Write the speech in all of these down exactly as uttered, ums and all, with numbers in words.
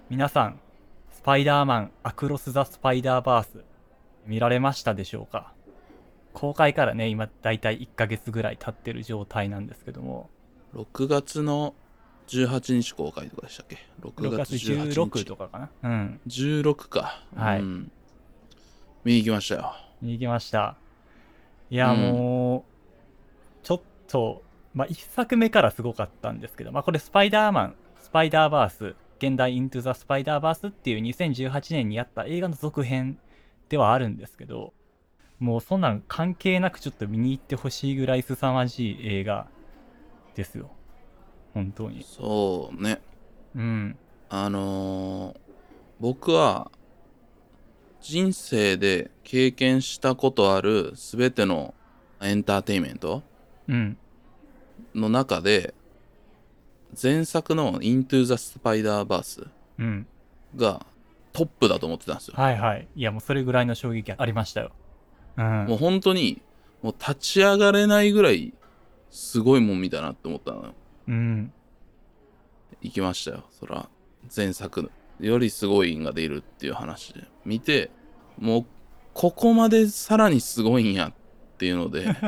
皆さん、スパイダーマンアクロス・ザ・スパイダーバース見られましたでしょうか？公開からね、今だいたいいっかげつぐらい経ってる状態なんですけども、 ろくがつのじゅうはちにち公開とかでしたっけ？ ろく 6 月月 18 じゅうろく日とかかな。うん。 じゅうろくか。 はい。 うん。見に行きましたよ。 見に行きました。いや、 うん。 もう、ちょっと、まあ、いっさくめからすごかったんですけど、まあ、これスパイダーマン、スパイダーバース、現代イントゥザ・スパイダーバースっていうにせんじゅうはちねんにやった映画の続編ではあるんですけど、もうそんなん関係なくちょっと見に行ってほしいぐらい凄まじい映画ですよ。本当に。 そうね。 うん。 あのー僕は人生で経験したことあるすべてのエンターテインメントうん。 の中で前作の Into the Spider-Verse うん。 がトップだと思ってたんですよ。 はいはい。いやもうそれぐらいの衝撃ありましたよ。うん。 もう本当にもう立ち上がれないぐらいすごいもん見たなって思ったのよ。 うん。 行きましたよ。そら前作よりすごいんが出るっていう話で見て、もうここまでさらにすごいんやっていうので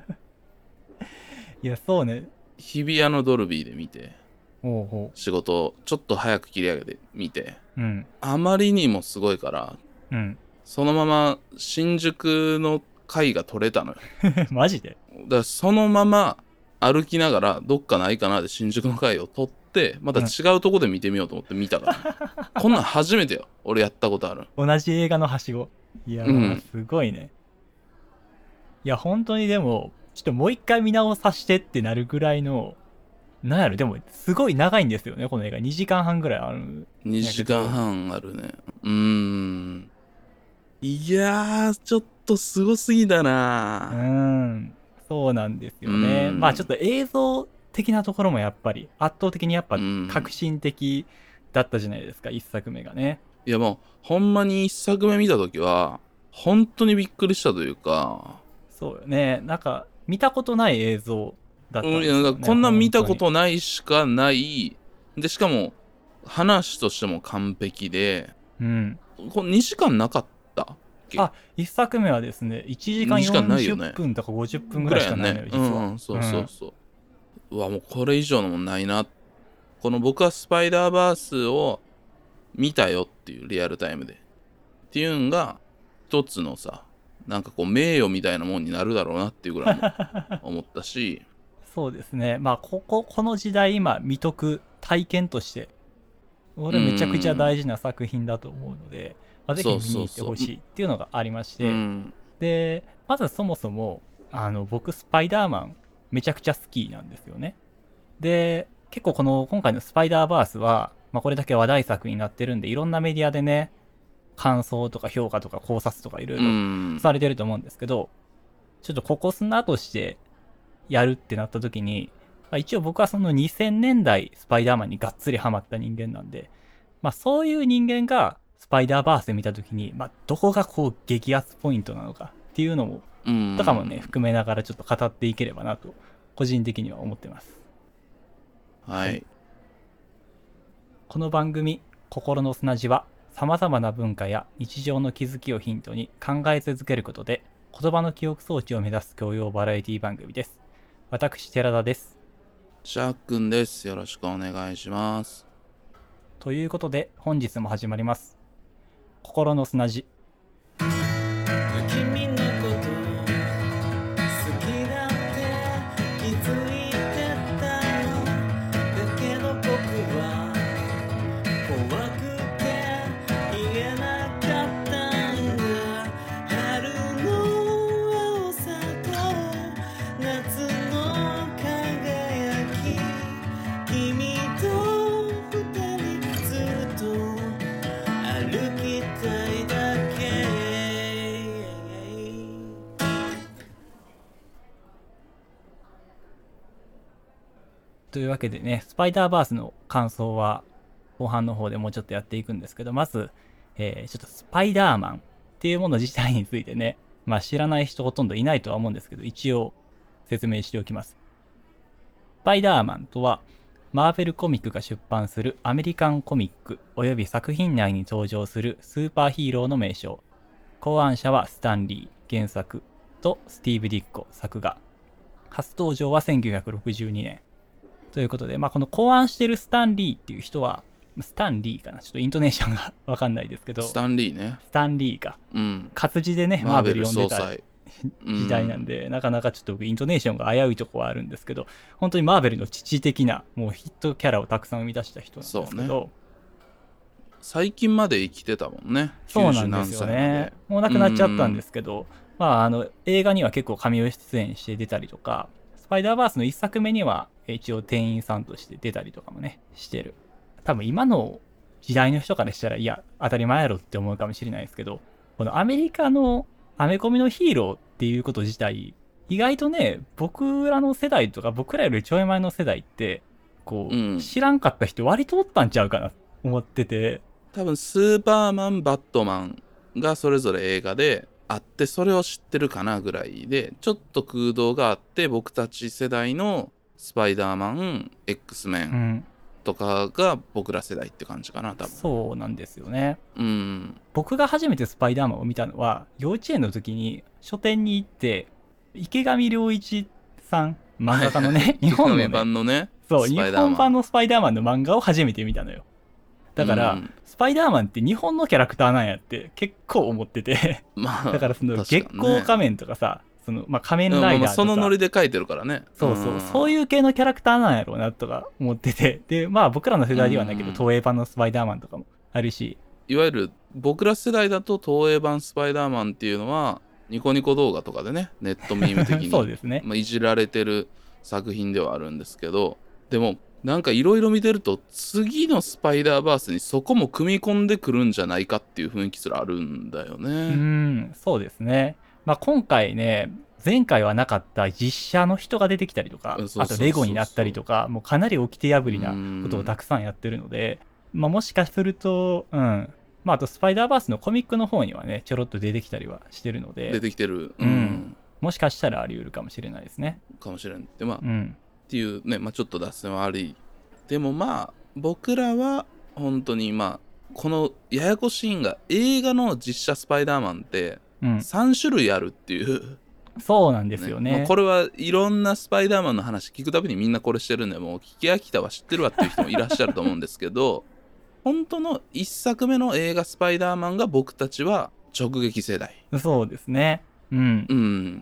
いや、そうね。 日比谷のドルビーで見て、 ほうほ仕事をちょっと早く切り上げて見て、 う。うん。 あまりにもすごいからうん。 そのまま新宿の階が取れたのよ。 マジで？ だからそのまま歩きながらどっかないかなで新宿の階を取ってまたうん。 違うとこで見てみようと思って見たからね。こんなん初めてよ俺やったことある。 同じ映画のはしご。いやー、 うん。 すごいね。いや、本当にでも、ちょっともう一回見直さしてってなるぐらいの、なんやろ、でも、すごい長いんですよね、この映画。にじかんはんぐらいあるんやけ 2時ど、 間半あるね。うーん。いやーちょっとすごすぎだうーな。 ん、そうなんですうーよね。まあちょっん。 と映像的なところもやっぱり、圧倒的にやっうぱ革ん。 新的だったじゃないですか、一作目がね。 いやもうほんまに一作目見たときは本当にびっくりしたというか、 そうよね。なんか、見たことない映像だっうん、 たいやだからんですよね、 こんなん見た本当に。 ことないしかない。でしかも話としても完璧で、 うん。 これにじかんなかったっけ？ あ、一作目はですね、1時間に 時間ない 40 よね分とかごじゅっぷんぐぐらいらいやんね。 しかないのよ、実は。 うん、うん、そうそううん。 そう。うわもうこれ以上のもんないな。この僕はスパイダーバースを見たよっていうリアルタイムでっていうんが一つのさ、なんかこう名誉みたいなもんになるだろうなっていうぐらいも思ったし、 そうですね。まあ、ここ、この時代今見とく体験として、 うー俺めちゃくちゃ大ん、 事な作品だと思うので、まあ、ぜひそう見に行ってそうそう、 ほしいっていうのがありましうて、 ん、 で、まずそもそも、あの、僕、スパイダーマン、めちゃくちゃ好きなんですよね。で、結構この、今回のスパイダーバースは、まあ、これだけ話題作になってるんで、いろんなメディアでね、感想とか評価とか考察とかいろいうろん、 されてると思うんですけど、ちょっとここ砂としてやるってなった時に、まあ、一応僕はそのにせんねんだいスパイダーマンにがっつりハマった人間なんで、まあそういう人間がスパイダーバースで見た時に、まあどこがこう激アツポイントなのかっていうのも、 うとかもね、 ん、 含めながらちょっと語っていければなと、個人的には思ってます。はい。 はい、 この番組、心の砂地は、様々な文化や日常の気づきをヒントに考え続けることで、言葉の記憶装置を目指す教養バラエティ番組です。私、寺田です。 シャーくんです。よろしくお願いします。 ということで、本日も始まります。心の砂地。 君のこと好きだって気づいてたのだけど僕は怖くて言えなかったんだ春の青さと夏の輝き君と二人ずっと歩きたいだけというわけでね、スパイダーバースの感想は後半の方でもうちょっとやっていくんですけど、まず、えー、ちょっとスパイダーマンっていうもの自体についてね、まあ知らない人ほとんどいないとは思うんですけど、一応説明しておきます。スパイダーマンとは、 マーベルコミックが出版するアメリカンコミックおよび作品内に登場するスーパーヒーローの名称。考案者はスタンリー原作とスティーブ・ディッコ作画。初登場はせんきゅうひゃくろくじゅうにねん。ということで、まあ、この考案してるスタンリーっていう人は、スタンリーかなちょっとイントネーションがわかんないですけど、 スタンリーね。 スタンリーか。 うん。 活字でね、マーベル読んでた時代なんで、 うなかなかちょっと僕イントネーションが危ういとこはあるんですけど、本当にマーベルの父的なもうヒットキャラをたくさん生み出した人なんですけど、 ね、最近まで生きてたもんね。 そうなんですよね。もう亡くなっちゃったんですけど、まああの映画には結構神尾出演して出たりとか、スパイダーバースのいっさくめには一応店員さんとして出たりとかもねしてる。多分今の時代の人からしたらいや当たり前やろって思うかもしれないですけど、このアメリカのアメコミのヒーローっていうこと自体意外とね、僕らの世代とか僕らよりちょい前の世代ってこう、うん、知らんかった人割とおったんちゃうかなと思ってて、 多分スーパーマンバットマンがそれぞれ映画であってそれを知ってるかなぐらいで、ちょっと空洞があって僕たち世代のスパイダーマン X メンとかが僕ら世代って感じかな多分。 そうなんですよね。 うん。 僕が初めてスパイダーマンを見たのは幼稚園の時に書店に行って池上良一さん漫画家のね日本のね、 版のねそう日本版のスパイダーマンの漫画を初めて見たのよ。だから、うん、スパイダーマンって日本のキャラクターなんやって結構思ってて、まあ、だからその月光仮面とかさ、そのまあ、仮面ライダーとか、 そのノリで書いてるからね。 そうそう、うん、そういう系のキャラクターなんやろうなとか思ってて、でまあ僕らの世代ではないけど、うん、東映版のスパイダーマンとかもあるし、 いわゆる僕ら世代だと東映版スパイダーマンっていうのはニコニコ動画とかでねネットミーム的にそうですね、 まあ、いじられてる作品ではあるんですけど、でもなんかいろいろ見てると次のスパイダーバースにそこも組み込んでくるんじゃないかっていう雰囲気すらあるんだよね。 うんそうですね。まあ今回ね前回はなかった実写の人が出てきたりとか、あとレゴになったりとか、もうかなり掟破りなことをたくさんやってるので、まあもしかするとうんまああとスパイダーバースのコミックの方にはねちょろっと出てきたりはしてるので、 出てきてる、 うん、うん、もしかしたらあり得るかもしれないですね。 かもしれんでまあ、 うんっていうね、まあ、ちょっと脱線は悪い。でもまあ僕らは本当にまあこのややこしいんが映画の実写スパイダーマンってさん種類あるっていう、 うん、そうなんですよね。 ね、もうこれはいろんなスパイダーマンの話聞くたびにみんなこれしてるんで、もう聞き飽きたは知ってるわっていう人もいらっしゃると思うんですけど本当のいっさくめの映画スパイダーマンが僕たちは直撃世代。 そうですね。うん、 うん、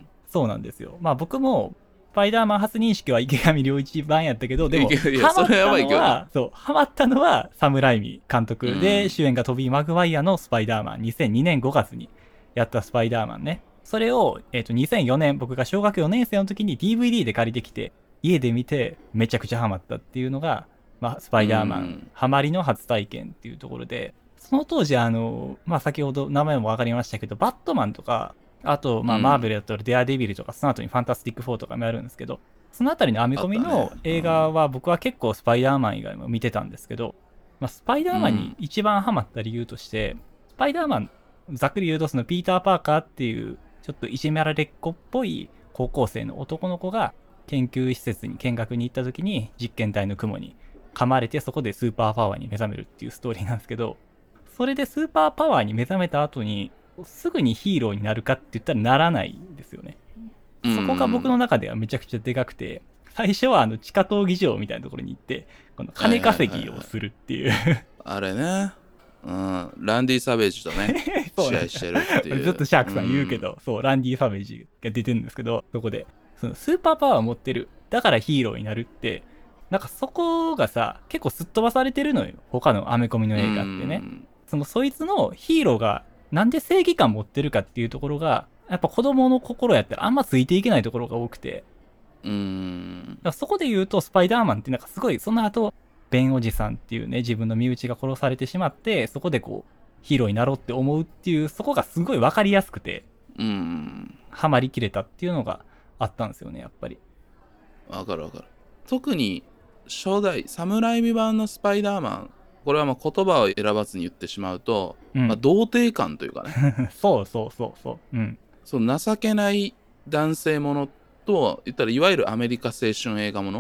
そうなんですよ。まあ僕もスパイダーマン初認識は池上良一版やったけど、でもハマったのはそうハマったのはサム・ライミ監督で、うん、主演がトビー・マグワイアのスパイダーマンにせんにねんごがつにやったスパイダーマンね。それを、えー、とにせんよねん僕が小学よねん生の時に ディーブイディー で借りてきて家で見てめちゃくちゃハマったっていうのが、まあ、スパイダーマン、うん、ハマりの初体験っていうところで、その当時あの、まあ、先ほど名前も分かりましたけどバットマンとかあと、まあ、マーベルだったらデアデビルとか、その後にファンタスティックフォーとかもあるんですけど、そのあたりのアメコミの映画は僕は結構スパイダーマン以外も見てたんですけど、まあ、スパイダーマンに一番ハマった理由として、スパイダーマン、ざっくり言うとそのピーター・パーカーっていうちょっといじめられっ子っぽい高校生の男の子が研究施設に見学に行った時に実験体の雲に噛まれて、そこでスーパーパワーに目覚めるっていうストーリーなんですけど、それでスーパーパワーに目覚めた後にすぐにヒーローになるかって言ったらならないんですよね。そこが僕の中ではめちゃくちゃでかくて、最初はあの地下闘技場みたいなところに行ってこの金稼ぎをするっていう、はいはいはいはい、 あれね、うん、ランディ・サベージとね試合してるっていうずっとシャークさん言うけど、うん、そうランディ・サベージが出てるんですけど、そこでそのスーパーパワーを持ってるだからヒーローになるってなんかそこがさ結構すっ飛ばされてるのよ、他のアメコミの映画ってね。そのそいつのヒーローがなんで正義感持ってるかっていうところがやっぱ子供の心やったらあんまついていけないところが多くて、 うーんだからそこで言うとスパイダーマンってなんかすごいその後ベンおじさんっていうね自分の身内が殺されてしまって、そこでこうヒーローになろうって思うっていう、そこがすごい分かりやすくて、 うーんハマりきれたっていうのがあったんですよね。やっぱりわかるわかる。特に初代サムライミ版のスパイダーマン、これはまあ言葉を選ばずに言ってしまうと、うんまあ、童貞感というかねそうそうそうそう、うん、 その情けない男性ものと言ったらいわゆるアメリカ青春映画もの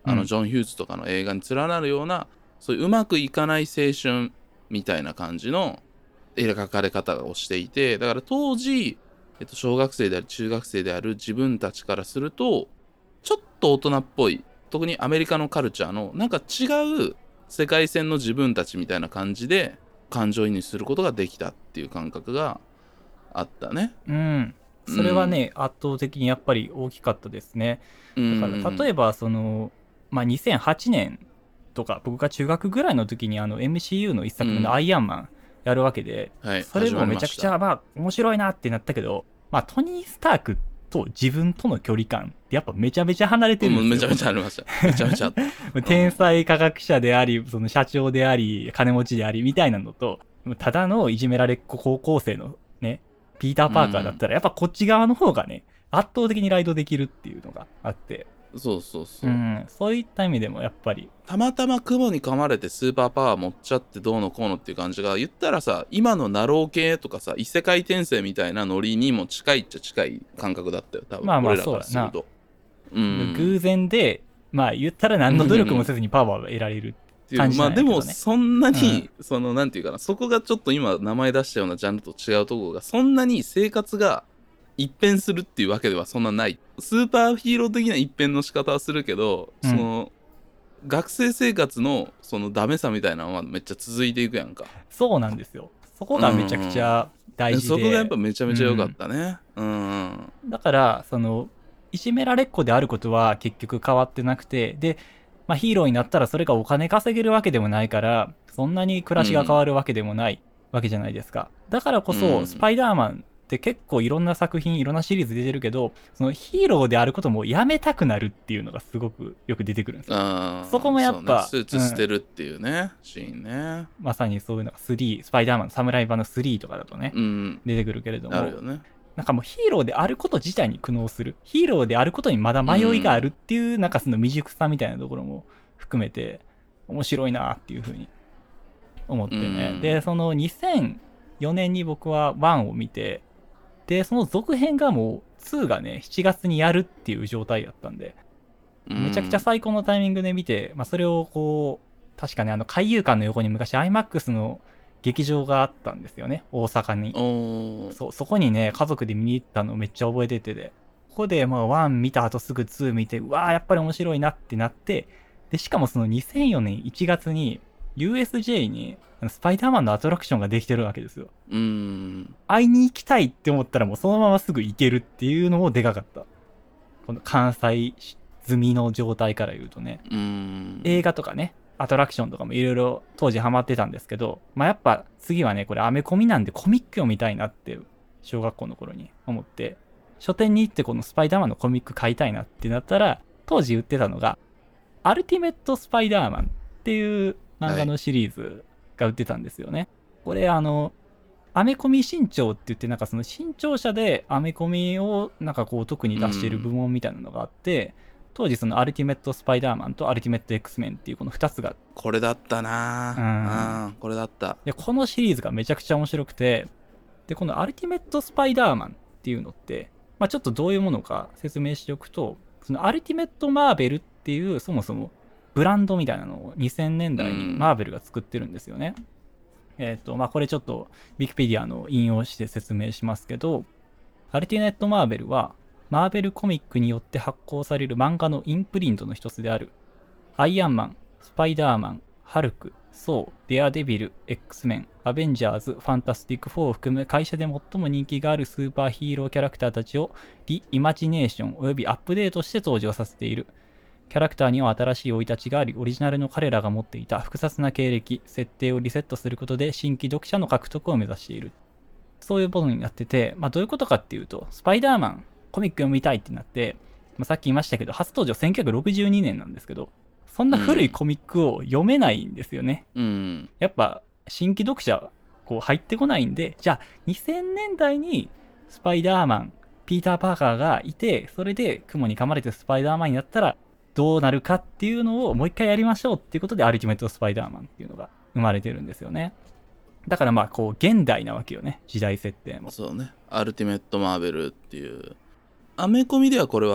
あうんのジョン・ヒューズとかの映画に連なるような、そういううまくいかない青春みたいな感じの描かれ方をしていて、だから当時、えっと、小学生である中学生である自分たちからするとちょっと大人っぽい、特にアメリカのカルチャーのなんか違う世界線の自分たちみたいな感じで感情移入することができたっていう感覚があったね。 うんそれはね、圧倒的にやっぱり大きかったですね。だから例えばその、まあ、にせんはちねんとか僕が中学ぐらいの時にあの エムシーユー の一作目のアイアンマンやるわけで、 はい、 それもめちゃくちゃまあ面白いなってなったけど、まあ、トニー・スタークと自分との距離感ってやっぱめちゃめちゃ離れてるんですよ。 めちゃめちゃありました。めちゃめちゃあった。 天才科学者であり、その社長であり、金持ちでありみたいなのと、ただのいじめられっ子高校生のね、ピーター・パーカーだったら、やっぱこっち側の方がね、圧倒的にライドできるっていうのがあって、 そうそうそう、 うん、そういった意味でもやっぱりたまたま雲に噛まれてスーパーパワー持っちゃってどうのこうのっていう感じが、言ったらさ、今のナロー系とかさ、異世界転生みたいなノリにも近いっちゃ近い感覚だったよ、多分。 まあまあ俺らからすると。 そうやな、 うん、 偶然でまあ言ったら何の努力もせずにパワーを得られるって感じなんやけどね。 まあでもそんなに、うん、そのなんていうかな、そこがちょっと今名前出したようなジャンルと違うところが、そんなに生活が一変するっていうわけではそんなない。スーパーヒーロー的な一変の仕方はするけど、うん、その学生生活のそのダメさみたいなのはめっちゃ続いていくやんか。 そうなんですよ。そこがめちゃくちゃ大事で、 うんうん、そこがやっぱめちゃめちゃ良かったね。うん、うんうん、 だからそのいじめられっ子であることは結局変わってなくて、で、まあ、ヒーローになったらそれがお金稼げるわけでもないから、そんなに暮らしが変わるわけでもないわけじゃないですか。だからこそ、うん、スパイダーマンで結構いろんな作品いろんなシリーズ出てるけど、そのヒーローであることもやめたくなるっていうのがすごくよく出てくるんですよ。 あそこもやっぱ、 ね、スーツ捨てるっていうね、うん、シーンね。 まさにそういうのがスリースパイダーマンの侍版のスリーとかだとね、 うん、 出てくるけれども、 あるよね。 なんかもうヒーローであること自体に苦悩する、ヒーローであることにまだ迷いがあるっていう、うん、なんかその未熟さみたいなところも含めて面白いなっていうふうに思ってね、うん、でそのにせんよねんに僕はワンを見て、でその続編がもうツーがねしちがつにやるっていう状態だったんで、めちゃくちゃ最高のタイミングで見て、まあ、それをこう確かねあの海遊館の横に昔 アイマックス の劇場があったんですよね、大阪に。 そ, そこにね家族で見に行ったのめっちゃ覚えてて、でここでまあワン見た後すぐツー見て、うわーやっぱり面白いなってなって、でしかもそのにせんよねんいちがつに ユーエスジェー にスパイダーマンのアトラクションができてるわけですよ。 うーん、 会いに行きたいって思ったらもうそのまますぐ行けるっていうのもでかかった。この関西済みの状態から言うとね、 うーん、 映画とかねアトラクションとかもいろいろ当時ハマってたんですけど、まあやっぱ次はねこれアメコミなんでコミック読みたいなって小学校の頃に思って、書店に行ってこのスパイダーマンのコミック買いたいなってなったら、当時売ってたのがアルティメットスパイダーマンっていう漫画のシリーズが売ってたんですよね、はい、これあのアメコミ新潮って言って、なんかその新潮社でアメコミをなんかこう特に出している部門みたいなのがあって、うん、当時そのアルティメットスパイダーマンとアルティメット X メンっていうこのふたつが、 これだったな、うん、これだった。 でこのシリーズがめちゃくちゃ面白くて、でこのアルティメットスパイダーマンっていうのって、まあ、ちょっとどういうものか説明しておくと、そのアルティメットマーベルっていうそもそもブランドみたいなのをにせんねんだいにマーベルが作ってるんですよね、うん、えっとまあこれちょっとウィキペディアの引用して説明しますけど、アルティメットマーベルはマーベルコミックによって発行される漫画のインプリントの一つであるアイアンマン、スパイダーマン、ハルク、ソー、デアデビル、X メン、アベンジャーズ、ファンタスティックフォーを含む会社で最も人気があるスーパーヒーローキャラクターたちをリイマジネーションおよびアップデートして登場させている。キャラクターには新しい生い立ちがあり、オリジナルの彼らが持っていた複雑な経歴、設定をリセットすることで新規読者の獲得を目指している。そういうものになってて、まあどういうことかっていうと、スパイダーマンコミック読みたいってなって、まあ、さっき言いましたけど初登場せんきゅうひゃくろくじゅうにねんなんですけど、そんな古いコミックを読めないんですよね、 うん、 やっぱ新規読者こう入ってこないんで、じゃあにせんねんだいにスパイダーマン、ピーター・パーカーがいて、それで雲に噛まれてスパイダーマンになったらどうなるかっていうのをもう一回やりましょうっていうことでアルティメット・スパイダーマンっていうのが生まれてるんですよね。だからまあこう現代なわけよね、時代設定も。 そうね、アルティメット・マーベルっていうアメコミではこれは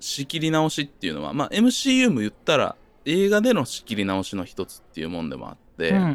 仕切り直しっていうのは、まあ エムシーユー も言ったら映画での仕切り直しの一つっていうもんでもあって、 うんうん。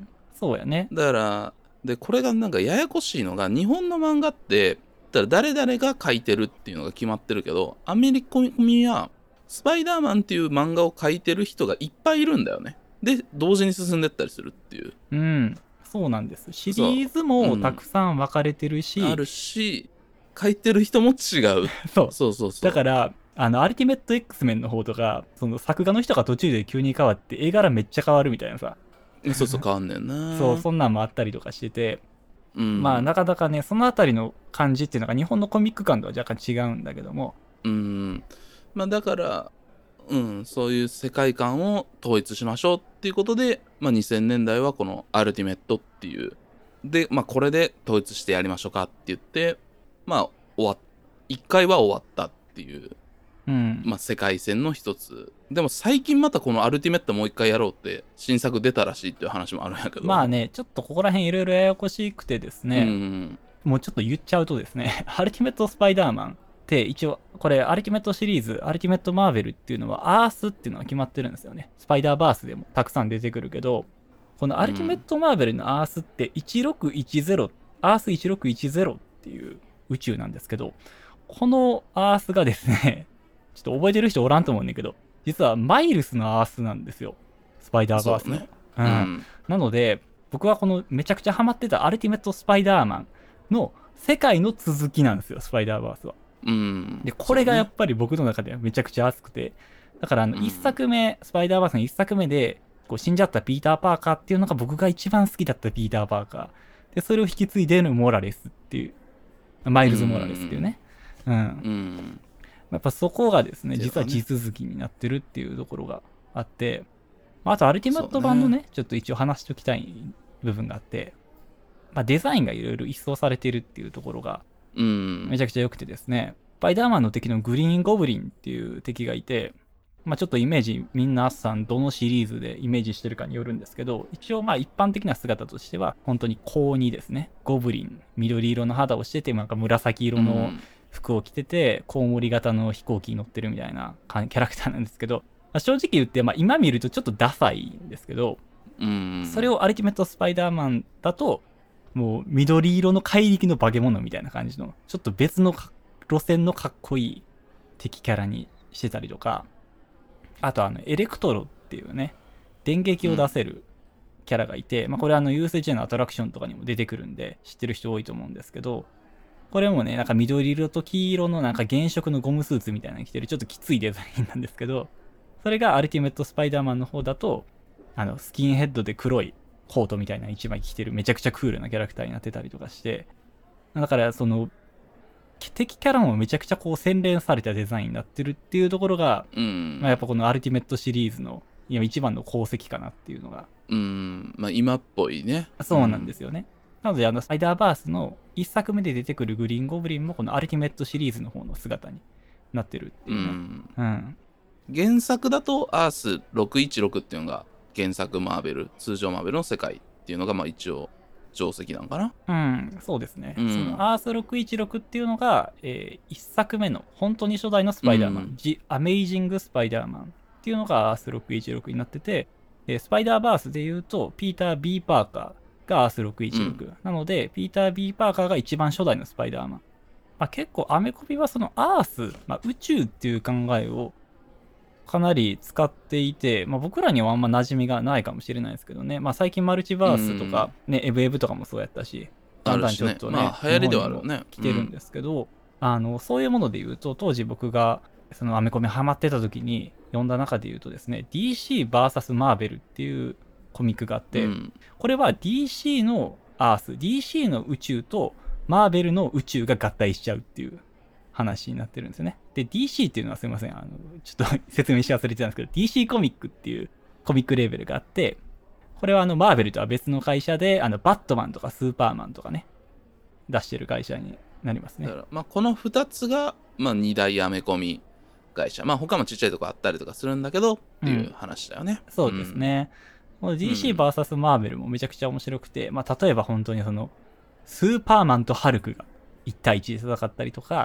そうやね。 だからでこれがなんかややこしいのが、日本の漫画ってだから誰々が書いてるっていうのが決まってるけど、アメリカ組はスパイダーマンっていう漫画を書いてる人がいっぱいいるんだよね。で同時に進んでったりするっていう、 うん。そうなんです。シリーズもたくさん分かれてるし、 あるし書いてる人も違うそうそうそうそうだからあのアルティメット X メンの方とか、その作画の人が途中で急に変わって絵柄めっちゃ変わるみたいなさ、 そうそう変わんねんな。 そうそんなんもあったりとかしてて、 うん、 まあなかなかねそのあたりの感じっていうのが日本のコミック感とは若干違うんだけども、 うんまあだからうんそういう世界観を統一しましょうっていうことで、まあにせんねんだいはこのアルティメットっていうで、まあこれで統一してやりましょうかって言って、まあ終わっ一回は終わったっていう、 うんまあ世界線の一つ。でも最近またこのアルティメットもう一回やろうって新作出たらしいっていう話もあるんやけど、 まあねちょっとここら辺いろいろややこしくてですね、 うんもうちょっと言っちゃうとですねアルティメットスパイダーマンって一応これアルティメットシリーズアルティメットマーベルっていうのはアースっていうのは決まってるんですよね。スパイダーバースでもたくさん出てくるけど、このアルティメットマーベルのアースっていちろくいちゼロ、アースいちろくいちゼロっていう宇宙なんですけど、このアースがですねちょっと覚えてる人おらんと思うんだけど、実はマイルスのアースなんですよ、スパイダーバースの、 そうねううんんなので僕はこのめちゃくちゃハマってたアルティメットスパイダーマンの世界の続きなんですよ、スパイダーバースは。 うんでこれがやっぱり僕の中ではめちゃくちゃ熱くて、だからあのうんいっさくめ、スパイダーバースのいっさくめでこう死んじゃったピーター・パーカーっていうのが僕が一番好きだったピーター・パーカーで、それを引き継いでのモラレスっていうマイルズ・モラレスっていうね、うん、 うんやっぱそこがですねっていうかね実は地続きになってるっていうところがあって、まあ、あとアルティメット版の ね, そうちょっと一応話しておきたい部分があって、まあ、デザインがいろいろ一掃されてるっていうところがうんめちゃくちゃ良くてですね、スパイダーマンの敵のグリーンゴブリンっていう敵がいて、まあ、ちょっとイメージ皆さんどのシリーズでイメージしてるかによるんですけど、一応まあ一般的な姿としては本当に高にですね、ゴブリン緑色の肌をしててなんか紫色の服を着ててコウモリ型の飛行機に乗ってるみたいなキャラクターなんですけど、まあ、正直言って、まあ、今見るとちょっとダサいんですけど、 うんそれをアルティメットスパイダーマンだともう緑色の怪力の化け物みたいな感じのちょっと別の路線のかっこいい敵キャラにしてたりとか、あとあのエレクトロっていうね電撃を出せるキャラがいて、うんまあ、これあの ユーエスジェー のアトラクションとかにも出てくるんで知ってる人多いと思うんですけど、これもねなんか緑色と黄色のなんか原色のゴムスーツみたいなの着てるちょっときついデザインなんですけど、それがアルティメットスパイダーマンの方だとあのスキンヘッドで黒いコートみたいな一枚着てるめちゃくちゃクールなキャラクターになってたりとかして、だからその敵キャラもめちゃくちゃこう洗練されたデザインになってるっていうところが、 うんまあ、やっぱこのアルティメットシリーズの今一番の功績かなっていうのが、 うんまあ今っぽいね。 そうなんですよね。なのであのスパイダーバースのいっさくめで出てくるグリーンゴブリンもこのアルティメットシリーズの方の姿になってるってういうね。 んうん。 原作だとアースろくいちろくっていうのが原作マーベル通常マーベルの世界っていうのがまあ一応定石なんかな。 うん、そうですね。 うんそのアースろくいちろくっていうのが、えー、いっさくめの本当に初代のスパイダーマン、 うん The Amazing Spider-Man っていうのがアースろくいちろくになってて、えースパイダーバースで言うとピーター・ B ・パーカーがアースろくいちろく、 うんなのでピーター・ B ・パーカーが一番初代のスパイダーマン。まあ、結構アメコミはそのアース、まあ、宇宙っていう考えをかなり使っていて、まあ、僕らにはあんま馴染みがないかもしれないですけどね、まあ、最近マルチバースとか、ねエブエブとかもそうやったし、だんだんちょっとね、 あるしねまあ流行りではあるよね日本にも来てるんですけど、あのそういうもので言うと当時僕がそのアメコミハマってた時に読んだ中で言うとですね ディーシーブイエス マーベルっていうコミックがあって、 うんこれは ディーシー のアース ディーシー の宇宙とマーベルの宇宙が合体しちゃうっていう話になってるんですよね。で ディーシー っていうのはすいませんあのちょっと説明し忘れてたんですけど ディーシー コミックっていうコミックレーベルがあって、これはあのマーベルとは別の会社であのバットマンとかスーパーマンとかね出してる会社になりますねだ。からまあこのふたつがまあに大アメコミ会社、まあ他もちっちゃいとこあったりとかするんだけどっていう話だよね。 そうですね。この ディーシーブイエス マーベルもめちゃくちゃ面白くて、まあ例えば本当にそのスーパーマンとハルクがいち対いちで戦ったりとか、 う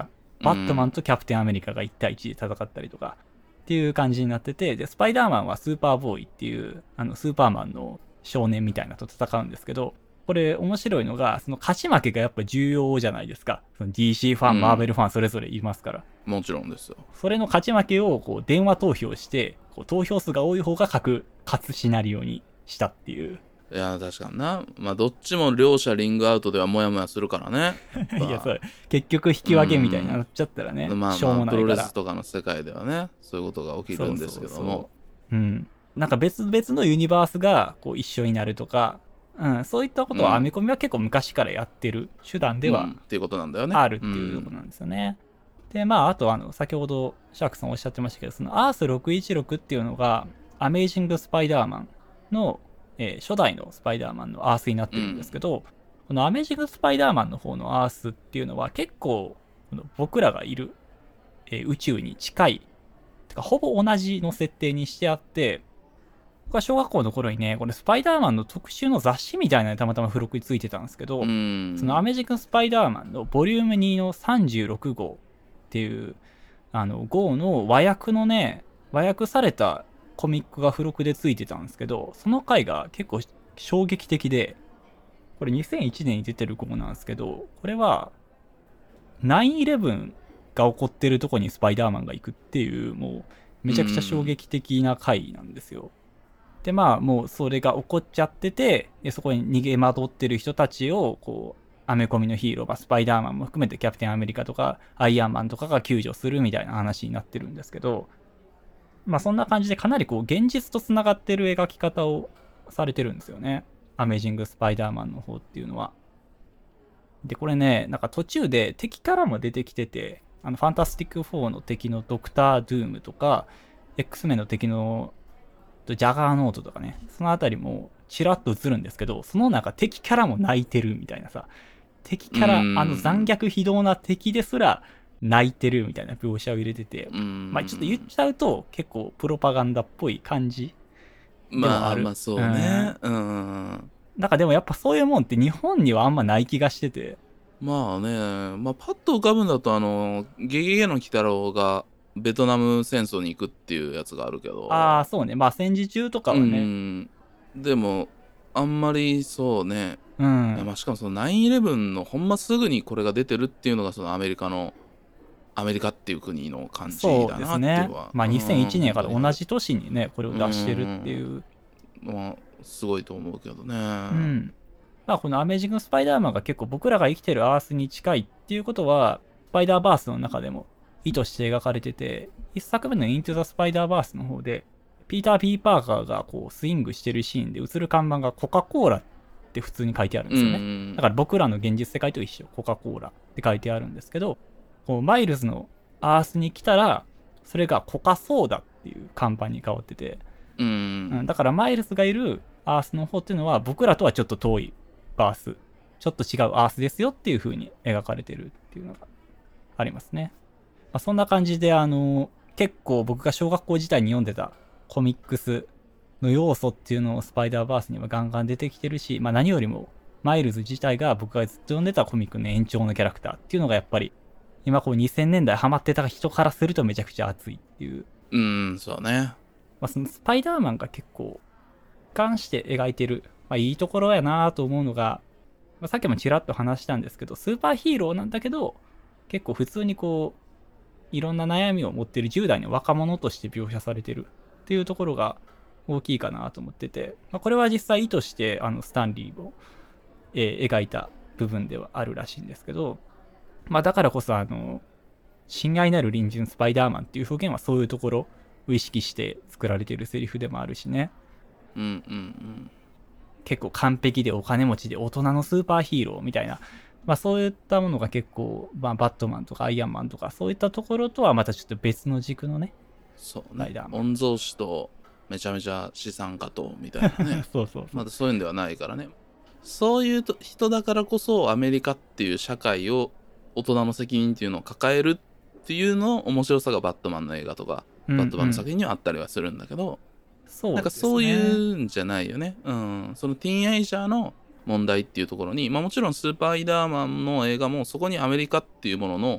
バットマンとキャプテンアメリカがいち対いちで戦ったりとかっていう感じになってて、でスパイダーマンはスーパーボーイっていうあのスーパーマンの少年みたいなと戦うんですけど、これ面白いのがその勝ち負けがやっぱ重要じゃないですか。その ディーシー ファン、 うんマーベルファンそれぞれいますから、 もちろんですよ。 それの勝ち負けをこう電話投票してこう投票数が多い方が勝く勝つシナリオにしたっていう。 いや確かにな。まあどっちも両者リングアウトではモヤモヤするからね。 いやそう結局引き分けみたいになっちゃったらね、 まあしょうまあプもないから。 ロレスとかの世界ではねそういうことが起きるんですけども。 そうそうそう、うん、なんか別々のユニバースがこう一緒になるとか、うん、そういったことはアメコミは結構昔からやってる手段ではうんっていうことなんだよね。 あるっていうところなんですよね。でまああとあの先ほどシャークさんおっしゃってましたけど、そのアースろくいちろくっていうのがアメイジング・スパイダーマンの、えー初代のスパイダーマンのアースになってるんですけど、このアメイジング・スパイダーマンの方のアースっていうのは結構この僕らがいる、えー宇宙に近いてかほぼ同じの設定にしてあって、僕は小学校の頃にねこれスパイダーマンの特集の雑誌みたいなのにたまたま付録についてたんですけど、 うんそのアメージング・スパイダーマンのボリュームにのさんじゅうろく号っていうあの号の和訳のね和訳されたコミックが付録でついてたんですけど、その回が結構衝撃的で、これにせんいちねんに出てる号なんですけど、これはナインイレブンが起こってるとこにスパイダーマンが行くっていう、もうめちゃくちゃ衝撃的な回なんですよ。でまあもうそれが起こっちゃってて、でそこに逃げ惑ってる人たちをこうアメコミのヒーロー、まあ、スパイダーマンも含めてキャプテンアメリカとかアイアンマンとかが救助するみたいな話になってるんですけど、まあそんな感じでかなりこう現実とつながってる描き方をされてるんですよね、アメージング・スパイダーマンの方っていうのは。でこれねなんか途中で敵からも出てきてて、あのファンタスティックフォーの敵のドクター・ドゥームとか X メンの敵のジャガーノートとかね、そのあたりもちらっと映るんですけど、その中敵キャラも泣いてるみたいなさ、敵キャラ、あの残虐非道な敵ですら泣いてるみたいな描写を入れてて、まあちょっと言っちゃうと結構プロパガンダっぽい感じでもある。 まあまあそうね。うん。うんなんかでもやっぱそういうもんって日本にはあんまない気がしてて。 まあね、まあパッと浮かぶんだとあのゲゲゲの鬼太郎がベトナム戦争に行くっていうやつがあるけど。 ああそうね、まあ戦時中とかはね。 うん。でもあんまりそうね。 ういやん。 まあしかもそのナインイレブンのほんますぐにこれが出てるっていうのがそのアメリカのアメリカっていう国の感じそうだなですねっていうのは。。 まあにせんいちねんからうん同じ年にねこれを出してるっていう。 まあすごいと思うけどね。 うん。まあこのアメージング・スパイダーマンが結構僕らが生きてるアースに近いっていうことはスパイダーバースの中でも意図して描かれてて、一作目のイントゥ・ザ・スパイダーバースの方でピーター・ピー・パーカーがこうスイングしてるシーンで映る看板がコカ・コーラって普通に書いてあるんですよね。 うんだから僕らの現実世界と一緒、コカ・コーラって書いてあるんですけど、こうマイルズのアースに来たらそれがコカ・ソーダっていう看板に変わってて、 うんうん、だからマイルズがいるアースの方っていうのは僕らとはちょっと遠いバース、ちょっと違うアースですよっていう風に描かれてるっていうのがありますね。まあ、そんな感じであの結構僕が小学校時代に読んでたコミックスの要素っていうのをスパイダーバースにはガンガン出てきてるし、まあ、何よりもマイルズ自体が僕がずっと読んでたコミックの延長のキャラクターっていうのがやっぱり今こうにせんねんだいハマってた人からするとめちゃくちゃ熱いっていう、 うんそうね。 まあ、そのスパイダーマンが結構関して描いてる、まあ、いいところやなと思うのが、まあ、さっきもちらっと話したんですけど、スーパーヒーローなんだけど結構普通にこういろんな悩みを持ってるじゅう代の若者として描写されてるっていうところが大きいかなと思ってて、まあ、これは実際意図してあのスタンリーを、えー描いた部分ではあるらしいんですけど、まあだからこそあの親愛なる隣人スパイダーマンっていう表現はそういうところを意識して作られてるセリフでもあるしね。 うんうんうん結構完璧でお金持ちで大人のスーパーヒーローみたいな、まあそういったものが結構、まあ、バットマンとかアイアンマンとかそういったところとはまたちょっと別の軸のね。 そうねライダーマン御曹司とめちゃめちゃ資産家とみたいなねそうそうそう。 まだそういうんではないからね。そういうと人だからこそアメリカっていう社会を大人の責任っていうのを抱えるっていうの面白さがバットマンの映画とか、 うんうんバットマンの作品にはあったりはするんだけど、 そうなんかそういうんじゃないよね。うん、そのティーンエイジャーの問題っていうところに、まあもちろんスーパーイダーマンの映画もそこにアメリカっていうものの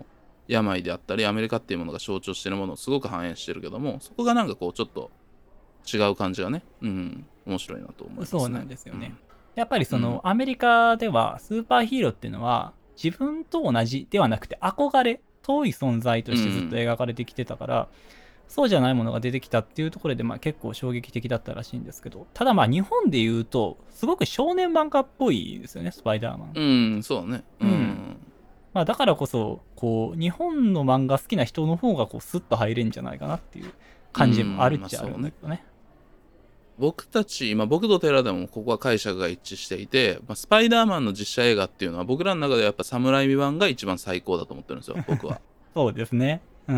病であったりアメリカっていうものが象徴してるものをすごく反映してるけども、そこがなんかこうちょっと違う感じがね、うん、面白いなと思いますね。 そうなんですよね。やっぱりその、アメリカではスーパーヒーローっていうのは自分と同じではなくて憧れ、遠い存在としてずっと描かれてきてたから、うん、そうじゃないものが出てきたっていうところで、まあ結構衝撃的だったらしいんですけど、ただまあ日本で言うとすごく少年漫画っぽいですよね、スパイダーマン。 うん、そうね。うん。うん、 まあだからこそこう日本の漫画好きな人の方がこうスッと入れるんじゃないかなっていう感じもあるっちゃあるんだけどね。 僕たち、まあ、僕と寺でもここは解釈が一致していて、まあ、スパイダーマンの実写映画っていうのは僕らの中ではやっぱサムライミ版が一番最高だと思ってるんですよ、僕は。 そうですね。うん。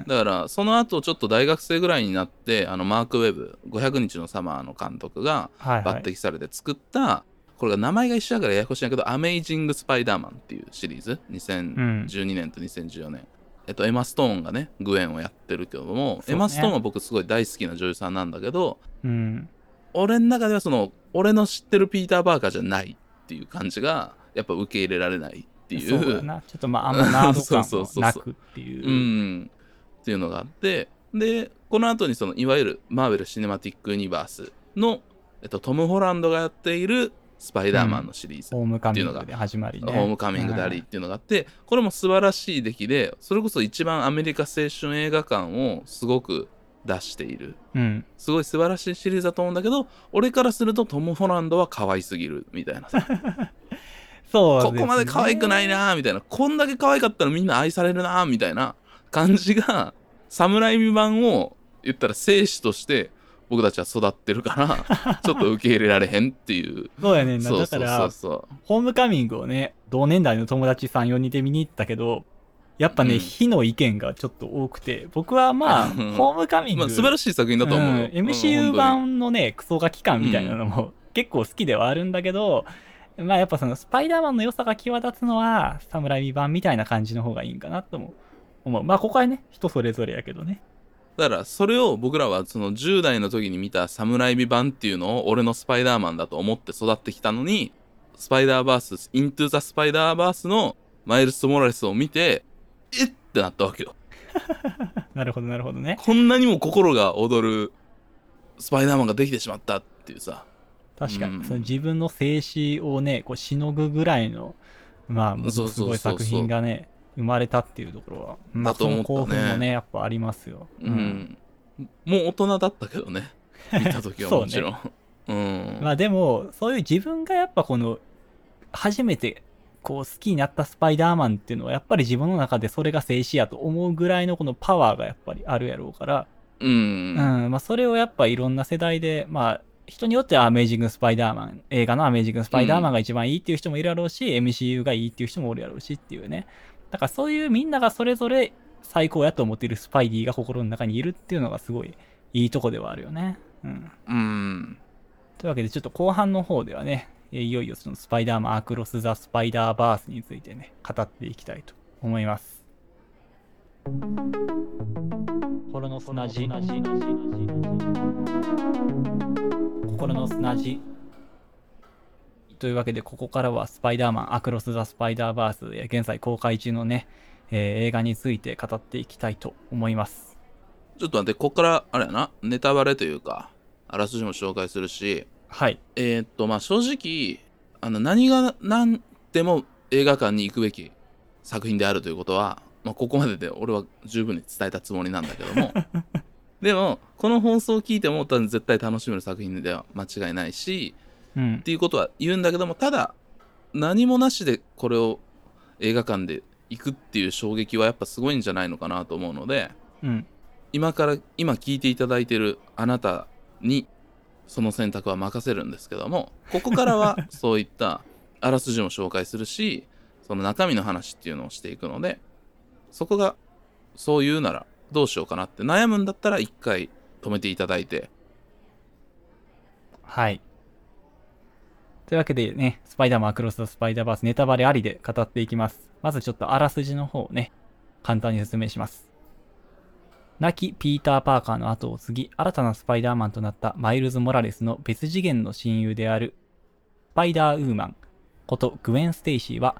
だからその後ちょっと大学生ぐらいになってあのマーク・ウェブごひゃくにちのサマーの監督が抜擢されて作った、はいはい、これが名前が一緒だからややこしいんだけど、アメイジング・スパイダーマンっていうシリーズ、にせんじゅうにねんとにせんじゅうよねん、うん、えっとエマ・ストーンがねグエンをやってるけども、ね、エマ・ストーンは僕すごい大好きな女優さんなんだけど、 うん、 俺の中ではその俺の知ってるピーター・パーカーじゃないっていう感じがやっぱ受け入れられないっていう。 そうだな、ちょっとまああんまナード感もなくっていう。 うんっていうのがあって、でこの後にそのいわゆるマーベル・シネマティック・ユニバースの、えっと、トム・ホランドがやっているスパイダーマンのシリーズっていうのが、 うん、ホームカミングで始まりね、 ホームカミングでありっていうのがあって、うん、これも素晴らしい出来で、それこそ一番アメリカ青春映画館をすごく出している、うん、すごい素晴らしいシリーズだと思うんだけど、俺からするとトム・ホランドは可愛すぎるみたいなさそうですね、 ここまで可愛くないなみたいな、こんだけ可愛かったらみんな愛されるなみたいな感じがサムライミ版を言ったら生死として僕たちは育ってるからちょっと受け入れられへんっていうそうやねんな。だからホームカミングをね同年代の友達 さんよにんで見に行ったけど、やっぱね、うん、非の意見がちょっと多くて、僕はまあホームカミング、まあ、 素晴らしい作品だと思うよ、うん、 エムシーユー 版のねクソガキ感みたいなのも結構好きではあるんだけど、まあやっぱそのスパイダーマンの良さが際立つのはサムライミ版みたいな感じの方がいいんかなとも思う。まあここはね人それぞれやけどね。 だからそれを僕らはそのじゅう代の時に見たサムライミ版っていうのを俺のスパイダーマンだと思って育ってきたのに、スパイダーバースイントゥザスパイダーバースのマイルス・モラレスを見てえってなったわけよなるほどなるほどね。 こんなにも心が躍るスパイダーマンができてしまったっていうさ。 確かに、うん、その自分の静止をねこうしのぐぐらいのまあすごい作品がね生まれたっていうところは、まあ、その興奮もねやっぱありますよ、 うん、うん、もう大人だったけどね見た時はもちろんね、うん、 まあでもそういう自分がやっぱこの初めてこう好きになったスパイダーマンっていうのはやっぱり自分の中でそれが静止やと思うぐらいのこのパワーがやっぱりあるやろうから、 うん、 うん、まあそれをやっぱいろんな世代でまあ人によってはアメージングスパイダーマン、映画のアメージングスパイダーマンが一番いいっていう人もいるやろうし、うん、エムシーユー がいいっていう人もおるやろうしっていうね。だからそういうみんながそれぞれ最高やと思っているスパイディが心の中にいるっていうのがすごいいいとこではあるよね。うん。 うん。 というわけでちょっと後半の方ではね、いよいよそのスパイダーマンアクロス・ザ・スパイダーバースについてね、語っていきたいと思います。心の砂地。心の砂地。というわけでここからはスパイダーマンアクロス・ザ・スパイダーバース現在公開中のね、えー、映画について語っていきたいと思います。 ちょっと待って、ここからあれやな、ネタバレというかあらすじも紹介するし、 はい、 えー、っとまあ正直あの何が何でも映画館に行くべき作品であるということは、まあ、ここまでで俺は十分に伝えたつもりなんだけどもでもこの放送を聞いても多分絶対楽しめる作品では間違いないし、うん、っていうことは言うんだけども、ただ何もなしでこれを映画館で行くっていう衝撃はやっぱすごいんじゃないのかなと思うので、 うん、 今から今聞いていただいてるあなたにその選択は任せるんですけども、ここからはそういったあらすじも紹介するし、その中身の話っていうのをしていくので、そこがそう言うならどうしようかなって悩むんだったら一回止めていただいて。 はい。というわけでね、スパイダーマンアクロス・ザ・スパイダーバースネタバレありで語っていきます。まずちょっとあらすじの方をね、簡単に説明します。亡きピーター・パーカーの後を継ぎ、新たなスパイダーマンとなったマイルズ・モラレスの別次元の親友であるスパイダーウーマンことグウェン・ステイシーは、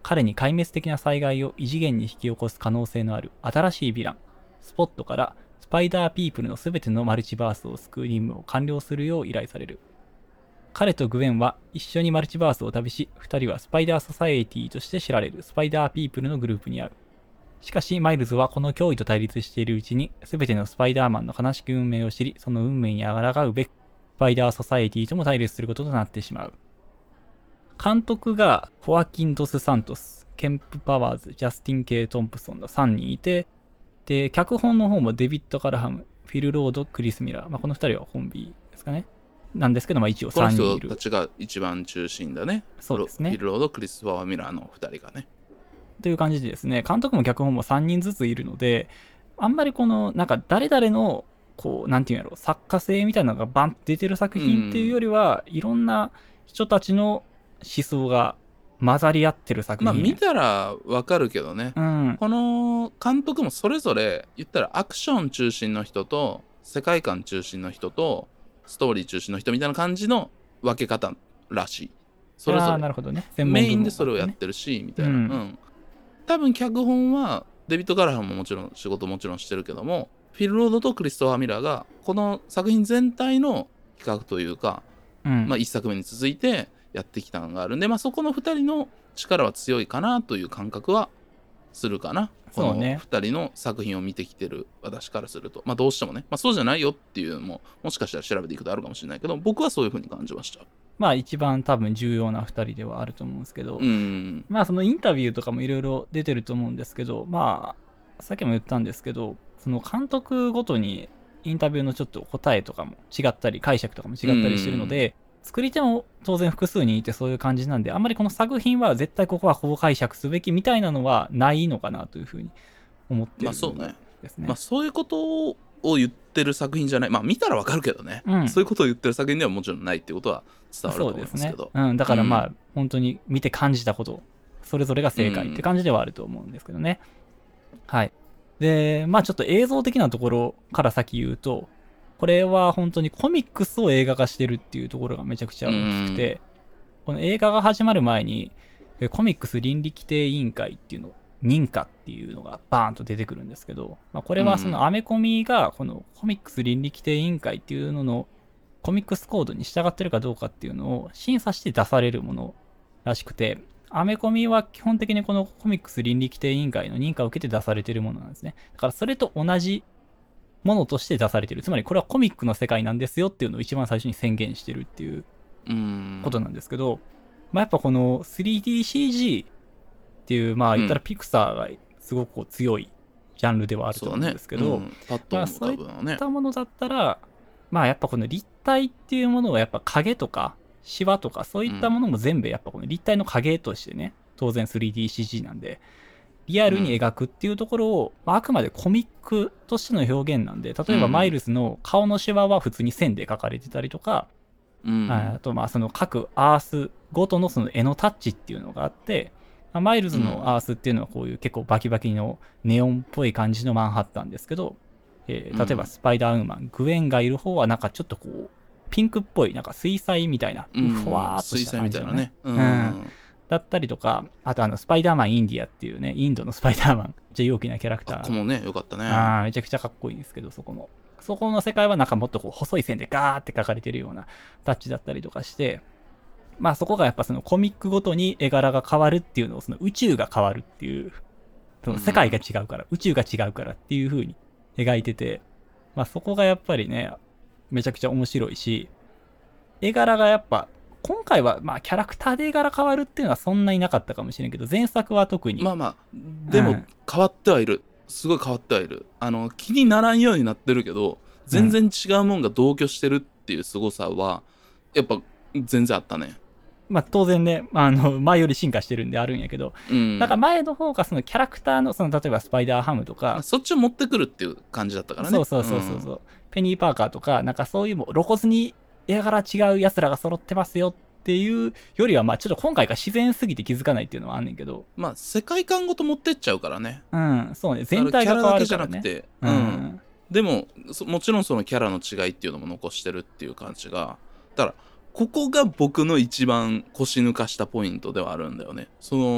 彼に壊滅的な災害を異次元に引き起こす可能性のある新しいヴィラン、スポットからスパイダーピープルのすべてのマルチバースを救う任務を完了するよう依頼される。彼とグウェンは一緒にマルチバースを旅し、二人はスパイダーソサエティとして知られるスパイダーピープルのグループに会う。しかし、マイルズはこの脅威と対立しているうちに、すべてのスパイダーマンの悲しき運命を知り、その運命に抗うべく、スパイダーソサエティとも対立することとなってしまう。監督が、ホアキン・ドス・サントス、ケンプ・パワーズ、ジャスティン・ケイ・トンプソンのさんにんいて、で、脚本の方もデビッド・カラハム、フィル・ロード、クリス・ミラー。まあ、この二人はコンビですかね。なんですけど、まあ一応このさんにんいる。 人たちが一番中心だね。 そうですねフィル・ロード、クリスパー・ミラーのふたりがね。 という感じでですね、監督も脚本もさんにんずついるので、あんまりこの、なんか誰々の、こう、なんていうんやろ、作家性みたいなのがバンと出てる作品っていうよりは、いろんな人たちの思想が混ざり合ってる作品。 まあ見たらわかるけどね。 うん。 この監督もそれぞれ言ったらアクション中心の人と世界観中心の人とストーリー中心の人みたいな感じの分け方らしい。それぞあーれなるほどね。専門部門メインでそれをやってるし、みたいな、 ううんん多分脚本はデビッド・ガラハンももちろん仕事もちろんしてるけども、フィル・ロードとクリストファー・ミラーがこの作品全体の企画というか、 うん。 まあ、いっさくめに続いてやってきたのがあるんで、まあ、そこのふたりの力は強いかなという感覚はするかな。 そうねこのふたりの作品を見てきてる私からすると、まあ、どうしてもね、まあ、そうじゃないよっていうのももしかしたら調べていくとあるかもしれないけど、僕はそういう風に感じました。 まあ一番多分重要なふたりではあると思うんですけど、 うんまあそのインタビューとかもいろいろ出てると思うんですけど、まあさっきも言ったんですけど、その監督ごとにインタビューのちょっと答えとかも違ったり解釈とかも違ったりしてるので、作り手も当然複数にいてそういう感じなんで、あんまりこの作品は絶対ここはこう解釈すべきみたいなのはないのかなというふうに思ってるまあそうねですね。 まあそういうことを言ってる作品じゃない、まあ見たらわかるけどね、 うんそういうことを言ってる作品ではもちろんないっていうことは伝わると思いますけど。 ね。うん、だからまあ、 うん本当に見て感じたことそれぞれが正解って感じではあると思うんですけどね。はい。で、まあちょっと映像的なところから先言うと、これは本当にコミックスを映画化してるっていうところがめちゃくちゃ大きくて、この映画が始まる前に、えコミックス倫理規定委員会っていうの、認可っていうのがバーンと出てくるんですけど、まあ、これはそのアメコミがこのコミックス倫理規定委員会っていうののコミックスコードに従ってるかどうかっていうのを審査して出されるものらしくて、アメコミは基本的にこのコミックス倫理規定委員会の認可を受けて出されてるものなんですね。だからそれと同じものとして出されてる。つまりこれはコミックの世界なんですよっていうのを一番最初に宣言してるっていううんことなんですけど、まあ、やっぱこの スリーディーシージー っていう、まあ言ったらピクサーがすごくこう強いジャンルではあると思うんですけど、 そうだねうん、パッと思う多分はそういねったものだったら、まあやっぱこの立体っていうものはやっぱ影とかシワとかそういったものも全部やっぱこの立体の影としてね、当然 スリーディーシージー なんで、リアルに描くっていうところを、まあ、あくまでコミックとしての表現なんで、例えばマイルスの顔のシワは普通に線で描かれてたりとか、 うんあとまあその各アースごとのその絵のタッチっていうのがあって、まあマイルズのアースっていうのはこういう結構バキバキのネオンっぽい感じのマンハッタンですけど、えー例えばスパイダーウーマン、グエンがいる方はなんかちょっとこうピンクっぽいなんか水彩みたいな、 うんふわーっと水彩した感じのみたいなね、うんうんだったりとか、あとあのスパイダーマンインディアっていうね、インドのスパイダーマン、めっちゃ陽気なキャラクター。 ここもねよかったね。 あーめちゃくちゃかっこいいですけど、そこも。そこの世界はなんかもっとこう細い線でガーって描かれてるようなタッチだったりとかして、まあそこがやっぱそのコミックごとに絵柄が変わるっていうのを、その宇宙が変わるっていう、その世界が違うから、うん、宇宙が違うからっていう風に描いてて、まあそこがやっぱりね、めちゃくちゃ面白いし、絵柄がやっぱ、今回はまあキャラクターで絵柄変わるっていうのはそんなになかったかもしれんけど、前作は特に。 まあまあでも変わってはいる、すごい変わってはいる。あの気にならんようになってるけど、全然違うもんが同居してるっていう凄さはやっぱ全然あったね。 まあ当然ね、あの前より進化してるんであるんやけど、 うん、 なんか前の方がそのキャラクターのその例えばスパイダーハムとか、 そっちを持ってくるっていう感じだったからね。 そうそうそうそうそう、うん、ペニー・パーカーとかなんかそういうも露骨に絵柄違うやつらが揃ってますよっていうよりは、まあちょっと今回が自然すぎて気づかないっていうのはあんねんけど、 まあ世界観ごと持ってっちゃうからね。 うんそうね、全体が変わるからね。 キャラだけじゃなくて、うん、うん、でももちろんそのキャラの違いっていうのも残してるっていう感じが、だからここが僕の一番腰抜かしたポイントではあるんだよね。その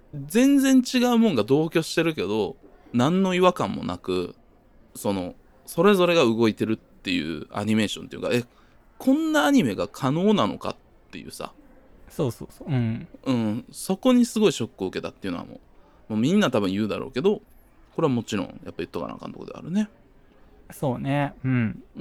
全然違うもんが同居してるけど何の違和感もなくそのそれぞれが動いてるっていうアニメーションっていうかえこんなアニメが可能なのかっていうさそうそうそう。うん。 うん、そこにすごいショックを受けたっていうのはもう、もうみんな多分言うだろうけど、これはもちろんやっぱ言っとかなあかんとこであるね。 そうね。うん。 うん。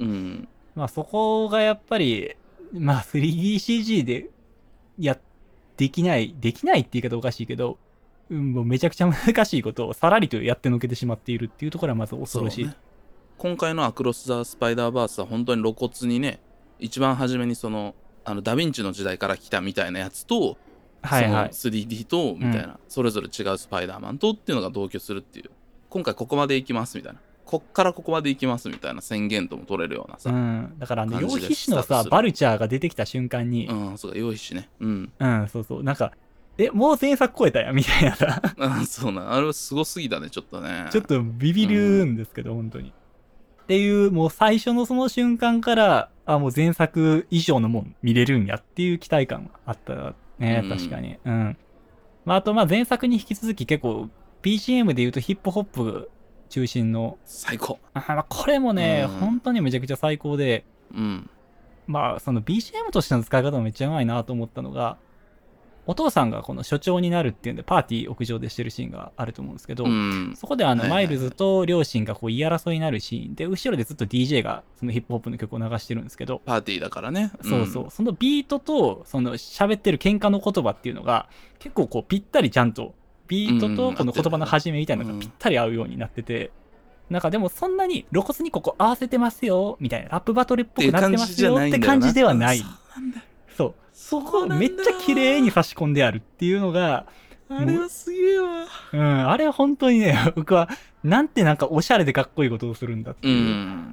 まあそこがやっぱり、まあ スリーディーシージー でや、できない、できないって言い方おかしいけど、うん、もうめちゃくちゃ難しいことをさらりとやってのけてしまっているっていうところはまず恐ろしい。 ね、今回のアクロス・ザ・スパイダーバースは本当に露骨にね、一番初めにその、あのダヴィンチの時代から来たみたいなやつと、 はいはい、 その スリーディー とみたいな、うん、それぞれ違うスパイダーマンとっていうのが同居するっていう今回ここまで行きますみたいなこっからここまで行きますみたいな宣言とも取れるようなさ、 うん、だからあの羊皮紙のさバルチャーが出てきた瞬間にうんそうか羊皮紙ねうんうんそうそうなんかえもう前作超えたやみたいなさあそうなあれはすごすぎだねちょっとねちょっとビビるんですけど、うん、本当にっていうもう最初のその瞬間からあもう前作以上のもん見れるんやっていう期待感があったね、確かに。うん。まあ、あと、まあ、前作に引き続き結構、ビージーエム で言うとヒップホップ中心の。 最高。 あまあ、これもね、本当にめちゃくちゃ最高で、 うん。 まあ、その ビージーエム としての使い方もめっちゃうまいなと思ったのが、お父さんがこの所長になるっていうんで、パーティー屋上でしてるシーンがあると思うんですけど、うん、そこであの、マイルズと両親がこう言い争いになるシーンで、後ろでずっと ディージェー がそのヒップホップの曲を流してるんですけど、 パーティーだからね。 うん、そうそう。そのビートと、その喋ってる喧嘩の言葉っていうのが、結構こうぴったりちゃんと、ビートとこの言葉の始めみたいなのがぴったり合うようになってて、なんかでもそんなに露骨にここ合わせてますよ、みたいな、ラップバトルっぽくなってますよって感じではない。そう。そこをめっちゃ綺麗に差し込んであるっていうのが、 あれはすげえわ。 うん、あれは本当にね、僕は、なんてなんかおしゃれでかっこいいことをするんだっていう。うん。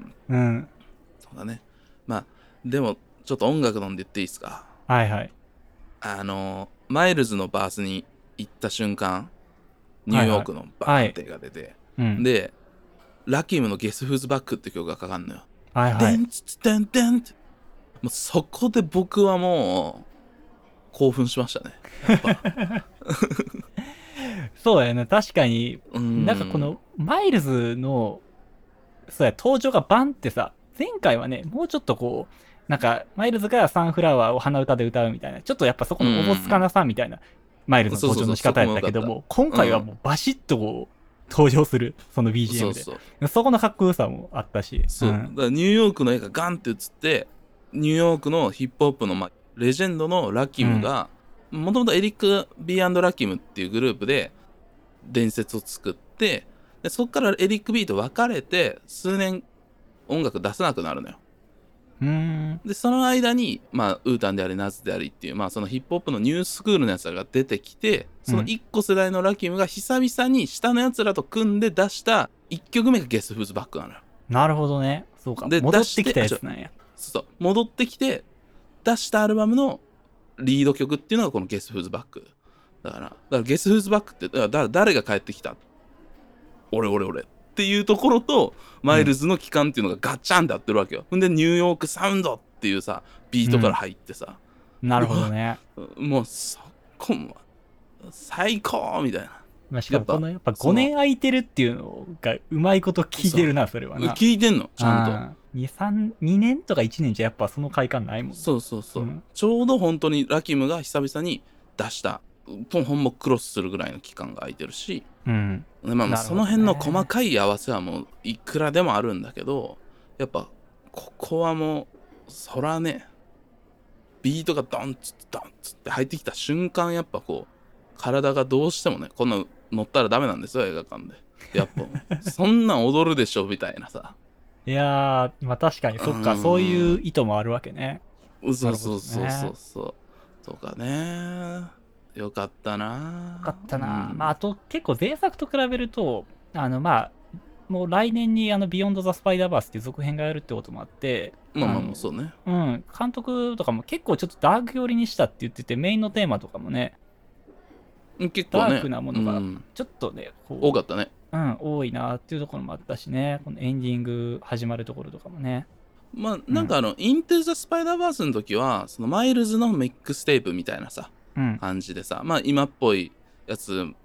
うん。 そうだね。まあ、でも、ちょっと音楽飲んで言っていいですか？ はいはい。 あの、マイルズのバースに行った瞬間、ニューヨークのバーンってが出て、はいはい、で、ラキムのゲス・フーズ・バックって曲がかかんのよ。 はいはい。 デンツデンデンって。もうそこで僕はもう興奮しましたね。やっぱそうやね、確かに、んなんかこのマイルズのそうや登場がバンってさ、前回はね、もうちょっとこう、なんかマイルズがサンフラワーを鼻歌で歌うみたいな、ちょっとやっぱそこのおぼつかなさみたいな、マイルズの登場の仕方やったけども、今回はもうバシッとこう登場する、その ビージーエム で。そうそうそこのかっこよさもあったし。 そう、うん、だからニューヨークの絵がガンって映って、ニューヨークのヒップホップの、ま、レジェンドのラキムが、もともとエリック・ビー&ラキムっていうグループで伝説を作って、でそっからエリック・ビーと別れて、数年音楽出さなくなるのよ。 うーんで、その間に、まあ、ウータンであり、ナズでありっていう、まあ、そのヒップホップのニュースクールのやつらが出てきて、そのいっこ世代のラキムが久々に下のやつらと組んで出したいっきょくめがゲス・フーズ・バックなのよ。 なるほどね。そうか。で戻ってきたやつなんや。 そうそう戻ってきて出したアルバムのリード曲っていうのがこのゲス・フーズ・バックだから、だからゲス・フーズ・バックってだから誰が帰ってきた俺俺俺っていうところとマイルズの期間っていうのがガッチャンって合ってるわけよ。ほんでニューヨークサウンドっていうさビートから入ってさ、 うん、なるほどね。 もうそこも最高みたいな。 まあ、しかもこのやっぱごねん空いてるっていうのがうまいこと聞いてるな、それはな。 聞いてんのちゃんと。 に、さん、にねんとかいちねんじゃやっぱその快感ないもん。 そうそうそう、うん、ちょうど本当にラキムが久々に出したほんまクロスするぐらいの期間が空いてるし、 うん、 でまあ、その辺の細かい合わせはもういくらでもあるんだけど、やっぱここはもうそらねビートがドンツッドンツって入ってきた瞬間、やっぱこう体がどうしてもね、こんな乗ったらダメなんですよ映画館で。やっぱそんなん踊るでしょみたいなさ。 いやー、まあ確かにそっか、そういう意図もあるわけね。 そうそうそうそうそう。とかね。よかったな。 よかったな。うん、まああと結構前作と比べると、あのまあもう来年にあのビヨンド・ザ・スパイダーバースっていう続編がやるってこともあって、 まあまあまあそうね。 うん、監督とかも結構ちょっとダーク寄りにしたって言ってて、メインのテーマとかもね、 結構ね、 ダークなものがちょっとね、 うん、多かったね。 うん、多いなっていうところもあったしね、このエンディング始まるところとかもね。 まあなんかあの、うん、イントゥ・ザ・スパイダーバースの時はそのマイルズのミックステープみたいなさ、うん、感じでさ、まあ今っぽいやつ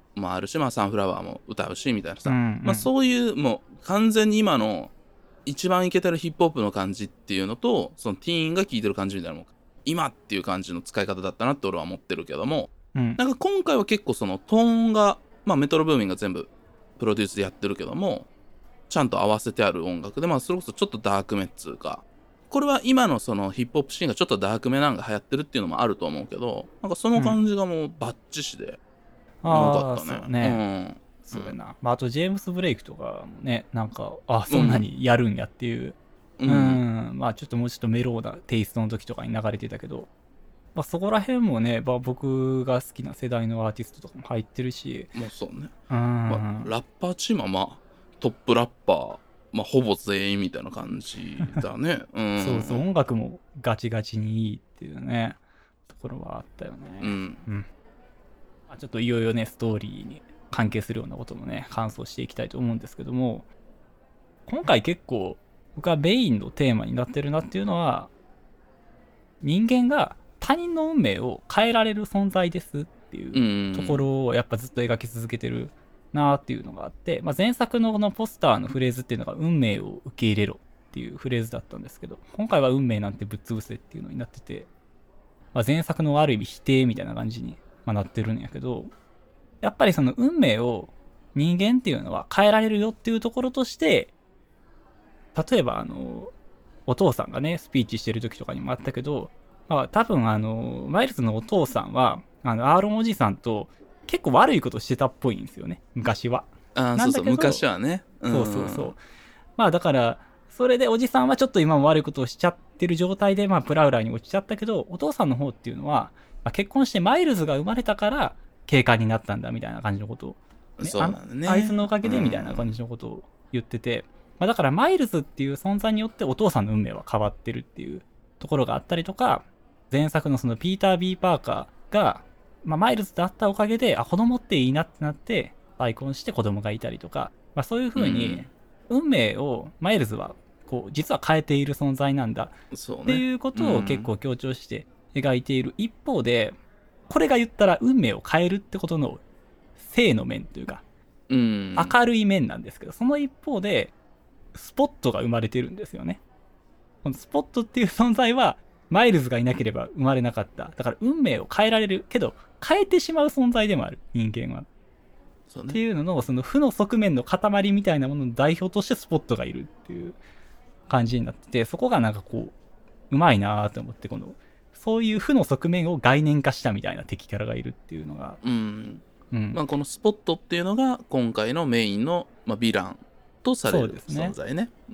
もあるし、まあ、サンフラワーも歌うしみたいなさ、 うんうんまあ、そういうもう完全に今の一番イケてるヒップホップの感じっていうのとそのティーンが聴いてる感じみたいなのも今っていう感じの使い方だったなって俺は思ってるけども、 うんなんか今回は結構そのトーンが、まあ、メトロブーミンが全部プロデュースでやってるけどもちゃんと合わせてある音楽で、まあそれこそちょっとダークめっつうか、これは今のそのヒップホップシーンがちょっとダークめなんが流行ってるっていうのもあると思うけど、なんかその感じがもうバッチシで、よかったね。 あーそうね、そうやな、まあ、あとジェームス・ブレイクとかもねなんかあそんなにやるんやっていう、 う、 うんうんんまあちょっともうちょっとメローなテイストの時とかに流れてたけど、まあ、そこら辺もね、まあ、僕が好きな世代のアーティストとかも入ってるし、 もうそうね、 うん、 まあ、ラッパーチームはまあトップラッパー、まあ、ほぼ全員みたいな感じだね。うん、 そうそう音楽もガチガチにいいっていうねところはあったよね。 うんうんまあ、ちょっといよいよねストーリーに関係するようなこともね感想していきたいと思うんですけども、今回結構僕はメインのテーマになってるなっていうのは、人間が他人の運命を変えられる存在ですっていうところをやっぱずっと描き続けてるなっていうのがあって、まあ、前作のこのポスターのフレーズっていうのが運命を受け入れろっていうフレーズだったんですけど、今回は運命なんてぶっ潰せっていうのになってて、まあ、前作のある意味否定みたいな感じになってるんやけど、やっぱりその運命を人間っていうのは変えられるよっていうところとして、例えばあのお父さんがねスピーチしてる時とかにもあったけど、まあ、多分あのマイルズのお父さんはあのアーロンおじさんと結構悪いことしてたっぽいんですよね昔は。 あそうそう昔はね、 うん、そうそうそう。まあだからそれでおじさんはちょっと今も悪いことをしちゃってる状態で、まあプラウラーに落ちちゃったけど、お父さんの方っていうのは、まあ、結婚してマイルズが生まれたから警官になったんだみたいな感じのことを、 ね、そうなんだね、 あいつのおかげでみたいな感じのことを言ってて、うんまあ、だからマイルズっていう存在によってお父さんの運命は変わってるっていうところがあったりとか、前作のそのピーター・ビー・パーカーが、まあ、マイルズだったおかげであ子供っていいなってなって再婚して子供がいたりとか、まあ、そういう風に運命をマイルズはこう実は変えている存在なんだっていうことを結構強調して描いている一方で、これが言ったら運命を変えるってことの正の面というか明るい面なんですけど、その一方でスポットが生まれてるんですよね。このスポットっていう存在はマイルズがいなければ生まれなかった。だから運命を変えられるけど変えてしまう存在でもある人間は。そうね、っていうののその負の側面の塊みたいなものの代表としてスポットがいるっていう感じになってて、そこがなんかこううまいなと思って、このそういう負の側面を概念化したみたいな敵キャラがいるっていうのが、 うんうんまあ、このスポットっていうのが今回のメインの、まあ、ヴィランとされる存在ね。 うん、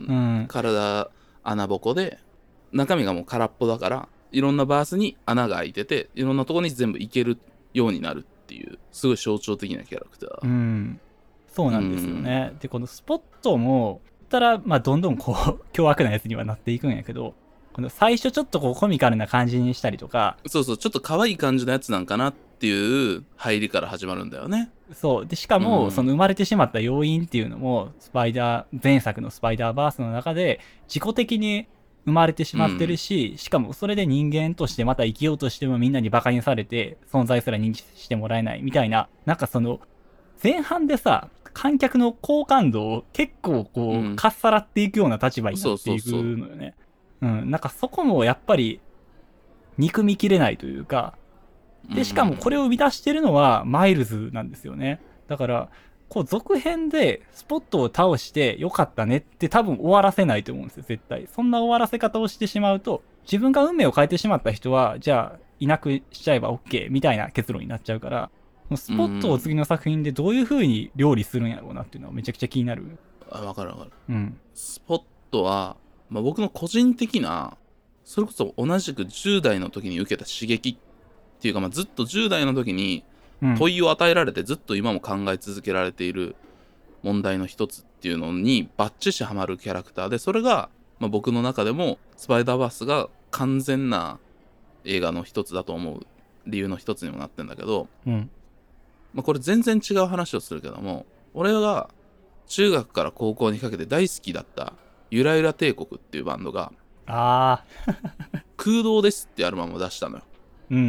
体穴ぼこで中身がもう空っぽだからいろんなバースに穴が開いてていろんなところに全部行けるようになるっていうすごい象徴的なキャラクター。 うんそうなんですよね。うん、でこのスポットも言ったら、まあ、どんどんこう凶悪なやつにはなっていくんやけど、この最初ちょっとこうコミカルな感じにしたりとか、 そうそうちょっと可愛い感じのやつなんかなっていう入りから始まるんだよね。 そうでしかも、うん、その生まれてしまった要因っていうのもスパイダー前作のスパイダーバースの中で自己的に生まれてしまってるし、うん、しかもそれで人間としてまた生きようとしてもみんなにバカにされて存在すら認知してもらえないみたいな、なんかその前半でさ観客の好感度を結構こう、うん、かっさらっていくような立場になっていくのよね。うん、なんかそこもやっぱり憎みきれないというか、でしかもこれを生み出してるのはマイルズなんですよね。だからこう続編でスポットを倒してよかったねって多分終わらせないと思うんですよ絶対。そんな終わらせ方をしてしまうと自分が運命を変えてしまった人はじゃあいなくしちゃえば OK みたいな結論になっちゃうから、スポットを次の作品でどういう風に料理するんやろうなっていうのはめちゃくちゃ気になる。 あ、わかるわかる。 うん。 スポットは、まあ、僕の個人的なそれこそ同じくじゅう代の時に受けた刺激っていうか、まあ、ずっとじゅう代の時に問いを与えられてずっと今も考え続けられている問題の一つっていうのにバッチシハマるキャラクターで、それが、まあ、僕の中でもスパイダーバースが完全な映画の一つだと思う理由の一つにもなってんだけど、 うんまあ、これ全然違う話をするけども、俺が中学から高校にかけて大好きだったゆらゆら帝国っていうバンドがあ空洞ですってアルバムを出したのよ。 うん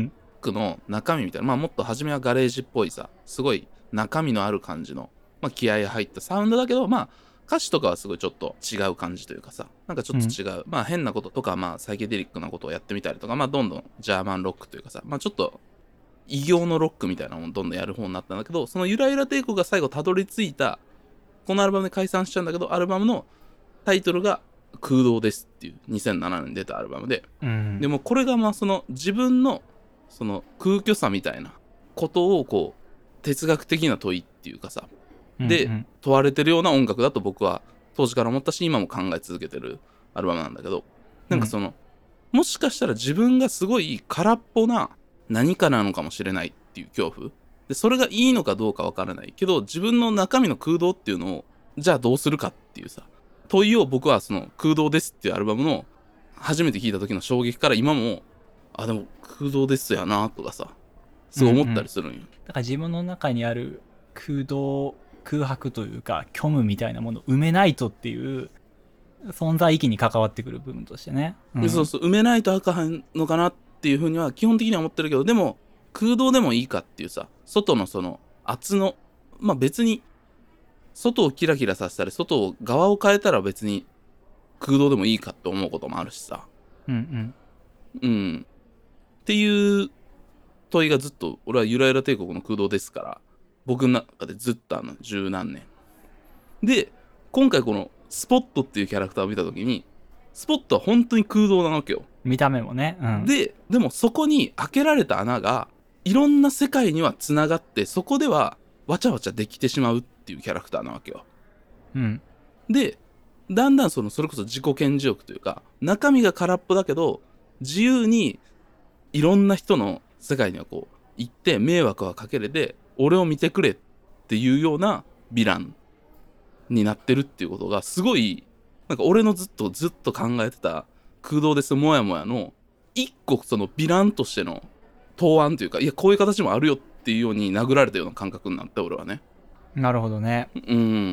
クの中身みたいな、まあもっと初めはガレージっぽいさ、すごい中身のある感じの、まあ気合い入ったサウンドだけど、まあ歌詞とかはすごいちょっと違う感じというかさ、なんかちょっと違う、うん、まあ変なこととか、まあサイケデリックなことをやってみたりとか、まあどんどんジャーマンロックというかさ、まあちょっと異形のロックみたいなのをどんどんやる方になったんだけど、そのゆらゆら帝国が最後たどり着いた、このアルバムで解散しちゃうんだけど、アルバムのタイトルが空洞ですっていうにせんななねんに出たアルバムで、うん、でもこれがまあその自分のその空虚さみたいなことをこう哲学的な問いっていうかさ、で、うんうん、問われてるような音楽だと僕は当時から思ったし、今も考え続けてるアルバムなんだけど、なんかその、うん、もしかしたら自分がすごい空っぽな何かなのかもしれないっていう恐怖で、それがいいのかどうかわからないけど、自分の中身の空洞っていうのをじゃあどうするかっていうさ問いを、僕はその空洞ですっていうアルバムの初めて聴いた時の衝撃から今も、あでも空洞ですやなとかさ、すごい思ったりするんよ、うんうん、 だから自分の中にある空洞、空白というか虚無みたいなものを埋めないとっていう存在意義に関わってくる部分としてね、 うん、そうそう、埋めないとあかんのかなっていうふうには基本的には思ってるけど、でも空洞でもいいかっていうさ、外のその圧の、まあ別に外をキラキラさせたり外を側を変えたら別に空洞でもいいかって思うこともあるしさ、 うんうんうんっていう問いがずっと、俺はゆらゆら帝国の空洞ですから僕の中でずっとあの十何年で、今回このスポットっていうキャラクターを見た時に、スポットは本当に空洞なわけよ、 見た目もね、うん、 ででもそこに開けられた穴がいろんな世界にはつながって、そこではわちゃわちゃできてしまうっていうキャラクターなわけよ、 うん、 でだんだんそのそれこそ自己顕示欲というか、中身が空っぽだけど自由にいろんな人の世界にはこう行って迷惑はかけれて、俺を見てくれっていうようなヴィランになってるっていうことがすごい、なんか俺のずっとずっと考えてた空洞ですもやもやの一個、そのヴィランとしての答案というか、いやこういう形もあるよっていうように殴られたような感覚になって、俺はね。 なるほどね。 うん。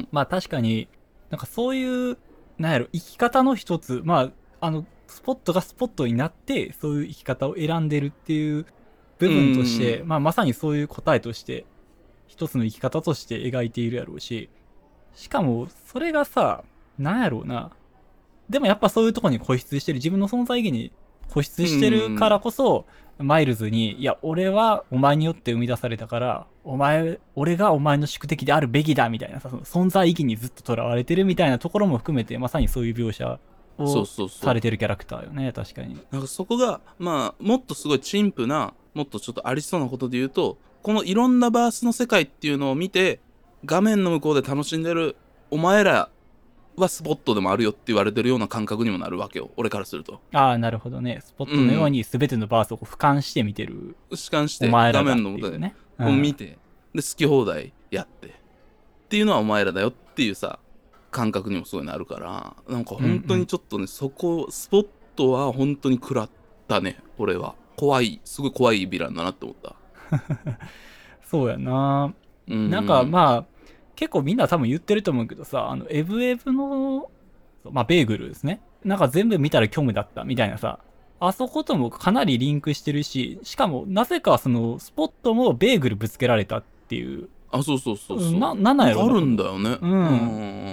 まあ確かになんかそういうなんやろ生き方の一つ、まああのスポットがスポットになってそういう生き方を選んでるっていう部分として、まあまさにそういう答えとして一つの生き方として描いているやろうし、しかもそれがさ、なんやろうな、でもやっぱそういうとこに固執してる、自分の存在意義に固執してるからこそ、マイルズに、いや俺はお前によって生み出されたから、お前俺がお前の宿敵であるべきだみたいなさ、その存在意義にずっととらわれてるみたいなところも含めて、まさにそういう描写をされてるキャラクターよね。確かになんかそこがまあもっとすごい陳腐な、もっとちょっとありそうなことで言うと、このいろんなバースの世界っていうのを見て画面の向こうで楽しんでるお前らはスポットでもあるよって言われてるような感覚にもなるわけよ、俺からすると。 ああなるほどね。スポットのように全てのバースを俯瞰して見てる、 うん、俯瞰して画面の向こうで、ねうん、見てで好き放題やってっていうのはお前らだよっていうさ感覚にもすごいなるから、なんか本当にちょっとね、うんうん、そこスポットは本当に食らったね。俺は怖い、すごい怖いヴィランだなって思ったそうやな、うん、なんかまあ結構みんな多分言ってると思うけどさ、あのエブエブのまあベーグルですね、なんか全部見たら虚無だったみたいなさ、あそこともかなりリンクしてるし、しかもなぜかそのスポットもベーグルぶつけられたっていう、 あそうそうそうそう、 ななんなんやろあるんだよね。 うん、うん、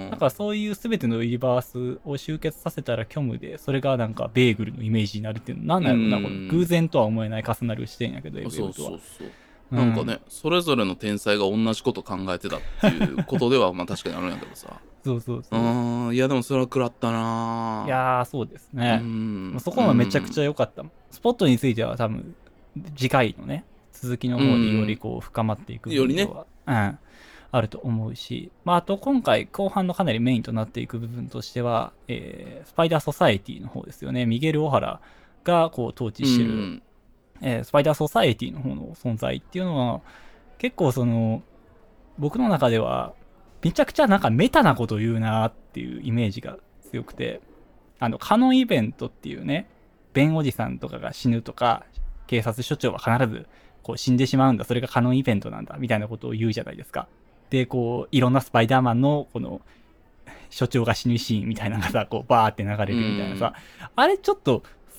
だからそういう全てのユニバースを集結させたら虚無で、それがなんかベーグルのイメージになるっていうのなんなんやろな、これ偶然とは思えない重なる視点やけど、エブエブとは。 そうそうそう、うん、なんかねそれぞれの天才が同じこと考えてたっていうことではまあ確かにあるんやけどさそうそうそう、 うん、いやでもそれは食らったな。 いやーそうですね、うん、そこもめちゃくちゃ良かった、うん、スポットについては多分次回のね続きの方によりこう深まっていく部分では、ねうん、あると思うし、まあ、あと今回後半のかなりメインとなっていく部分としては、えー、スパイダーソサエティの方ですよね。ミゲル・オハラがこう統治してる、うんえー、スパイダーソサエティの方の存在っていうのは結構その僕の中ではめちゃくちゃなんかメタなこと言うなっていうイメージが強くて、あのカノンイベントっていうね、ベンおじさんとかが死ぬとか警察署長は必ずこう死んでしまうんだ、それがカノンイベントなんだみたいなことを言うじゃないですか。でこういろんなスパイダーマンのこの署長が死ぬシーンみたいなのがさこうバーって流れるみたいなさ、あれちょっと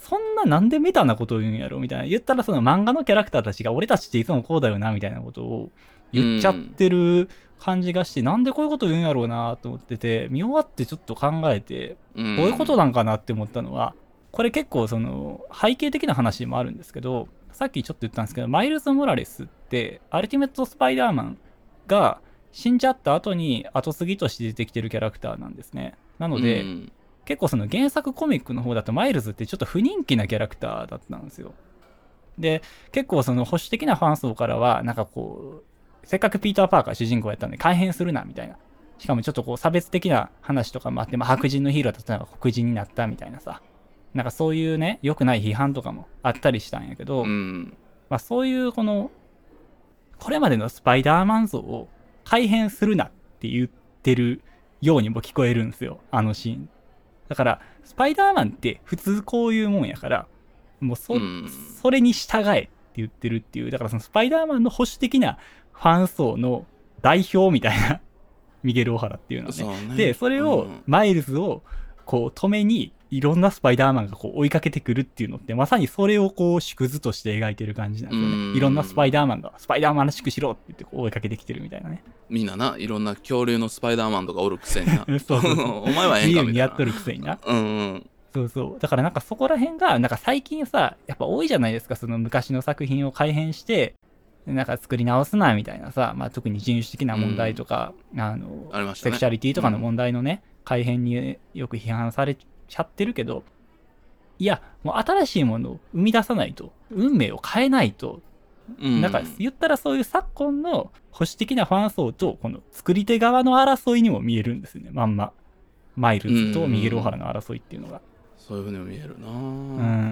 そんななんでメタなことを言うんやろみたいな。言ったらその漫画のキャラクターたちが俺たちっていつもこうだよなみたいなことを言っちゃってる感じがして、うん、なんでこういうこと言うんやろうなと思ってて、見終わってちょっと考えて、 うん、 どういうことなんかなって思ったのは、これ結構その背景的な話もあるんですけど、さっきちょっと言ったんですけど、マイルズ・モラレスってアルティメット・スパイダーマンが死んじゃった後に後継ぎとして出てきてるキャラクターなんですね。なので、うん、結構その原作コミックの方だとマイルズってちょっと不人気なキャラクターだったんですよ。で、結構その保守的なファン層からは、なんかこう、せっかくピーター・パーカー主人公やったんで改変するなみたいな。しかもちょっとこう差別的な話とかもあって、まあ、白人のヒーローだったのが黒人になったみたいなさ。なんかそういうね、良くない批判とかもあったりしたんやけど、 うん、 まあそういうこの、これまでのスパイダーマン像を改変するなって言ってるようにも聞こえるんですよ、あのシーン。だから、スパイダーマンって普通こういうもんやから、もう そ,、うん、それに従えって言ってるっていう、だからそのスパイダーマンの保守的なファン層の代表みたいな、ミゲル・オハラっていうのは ね, ね。で、それを、マイルズをこう止めに、いろんなスパイダーマンがこう追いかけてくるっていうのって、まさにそれをこう縮図として描いてる感じなんですよね。いろんなスパイダーマンが、スパイダーマンらしくしろって言ってこう追いかけてきてるみたいなね。 みんなな、いろんな恐竜のスパイダーマンとかおるくせにな。 そうそうそう。 お前はええんかみたいな。 自由にやっとるくせにな。 うんうん。 そうそう。だからなんかそこら辺が、なんか最近さ、やっぱ多いじゃないですか、その昔の作品を改変して、なんか作り直すなみたいなさ、まあ特に人種的な問題とか、うん、あの、 ありましたね、 セクシャリティとかの問題のね、うん、改変によく批判されちゃってるけど、いや、もう新しいものを生み出さないと、運命を変えないと、うん、なんか言ったらそういう昨今の保守的なファン層と、この作り手側の争いにも見えるんですよね、まんま。マイルズとミゲル・オハラの争いっていうのが。 そういうふうにも見えるな、うん、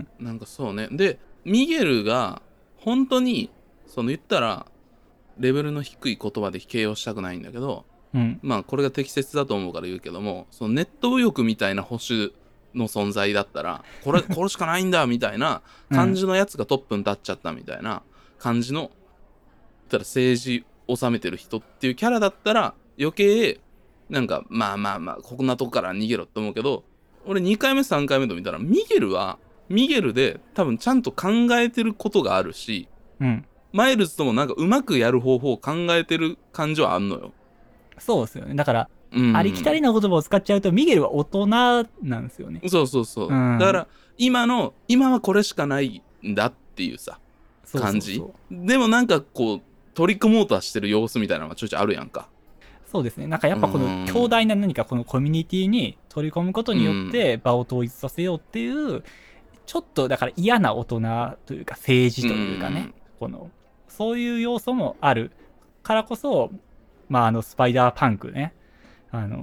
なんかそうね。で、ミゲルが本当に、その言ったら、レベルの低い言葉で形容したくないんだけど、 うん、 まあこれが適切だと思うから言うけども、そのネット右翼みたいな保守の存在だったらこれこれしかないんだみたいな感じのやつがトップに立っちゃったみたいな感じの、うん、言ったら政治を治めてる人っていうキャラだったら余計なんかまあまあまあこんなとこから逃げろって思うけど、俺にかいめさんかいめと見たらミゲルはミゲルで多分ちゃんと考えてることがあるし、 うん、 マイルズともなんかうまくやる方法を考えてる感じはあんのよ。 そうですよね。だからうん、 ありきたりな言葉を使っちゃうとミゲルは大人なんですよね。 そうそうそう、うん、だから今の今はこれしかないんだっていうさ感じ。そうそうそう。でもなんかこう取り組もうとはしてる様子みたいなのがちょいちょいあるやんか。 そうですね。なんかやっぱこの強大な何かこのコミュニティに取り込むことによって場を統一させようっていう、うん、ちょっとだから嫌な大人というか政治というかね、うん、このそういう要素もあるからこそ、まああのスパイダーパンクね、あの、 うん、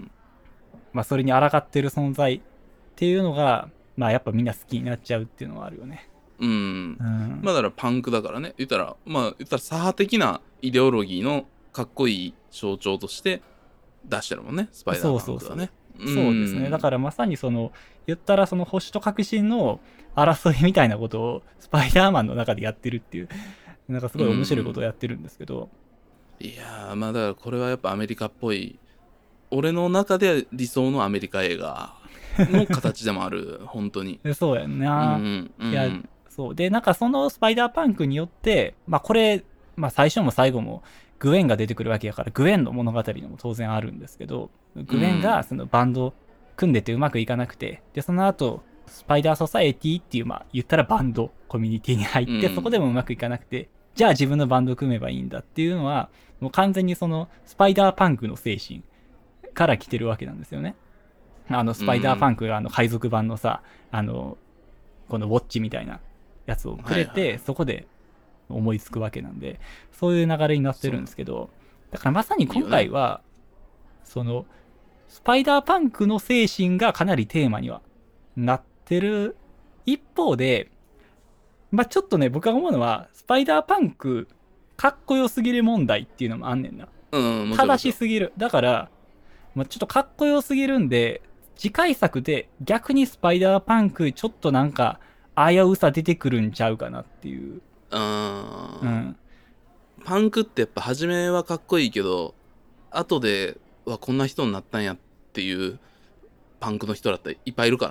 まあそれに抗ってる存在っていうのが、まあやっぱみんな好きになっちゃうっていうのはあるよね。 うん。うん、まあだからパンクだからね、言ったらまあ言ったら左派的なイデオロギーのかっこいい象徴として出してるもんね、スパイダーパンクはね。 そうそうそう。そうですね。だからまさにその言ったらその保守と革新の争いみたいなことをスパイダーマンの中でやってるっていう、なんかすごい面白いことをやってるんですけど。 いやーまあだからこれはやっぱアメリカっぽい、俺の中で理想のアメリカ映画の形でもある本当に。 そうやんな、 うんうん、 いやそうでなんかそのスパイダーパンクによってまあこれまあ最初も最後もグエンが出てくるわけやからグエンの物語も当然あるんですけど、グエンがそのバンド組んでてうまくいかなくて、でその後スパイダーソサエティっていうまあ言ったらバンドコミュニティに入って、うん、そこでもうまくいかなくて、じゃあ自分のバンドを組めばいいんだっていうのはもう完全にそのスパイダーパンクの精神から来てるわけなんですよね。あのスパイダーパンクがあの海賊版のさ、あのこのウォッチみたいなやつをくれて、はいはい、そこで思いつくわけなんで、そういう流れになってるんですけど、だからまさに今回は、ね、そのスパイダーパンクの精神がかなりテーマにはなってる一方で、まあちょっとね僕が思うのはスパイダーパンクかっこよすぎる問題っていうのもあんねんな。 うん、 正しすぎる。だから、まあ、ちょっとかっこよすぎるんで次回作で逆にスパイダーパンクちょっとなんか危うさ出てくるんちゃうかなっていう。 あ、 うん、 パンクってやっぱ初めはかっこいいけど後ではこんな人になったんやっていうパンクの人だっていっぱいいるからね。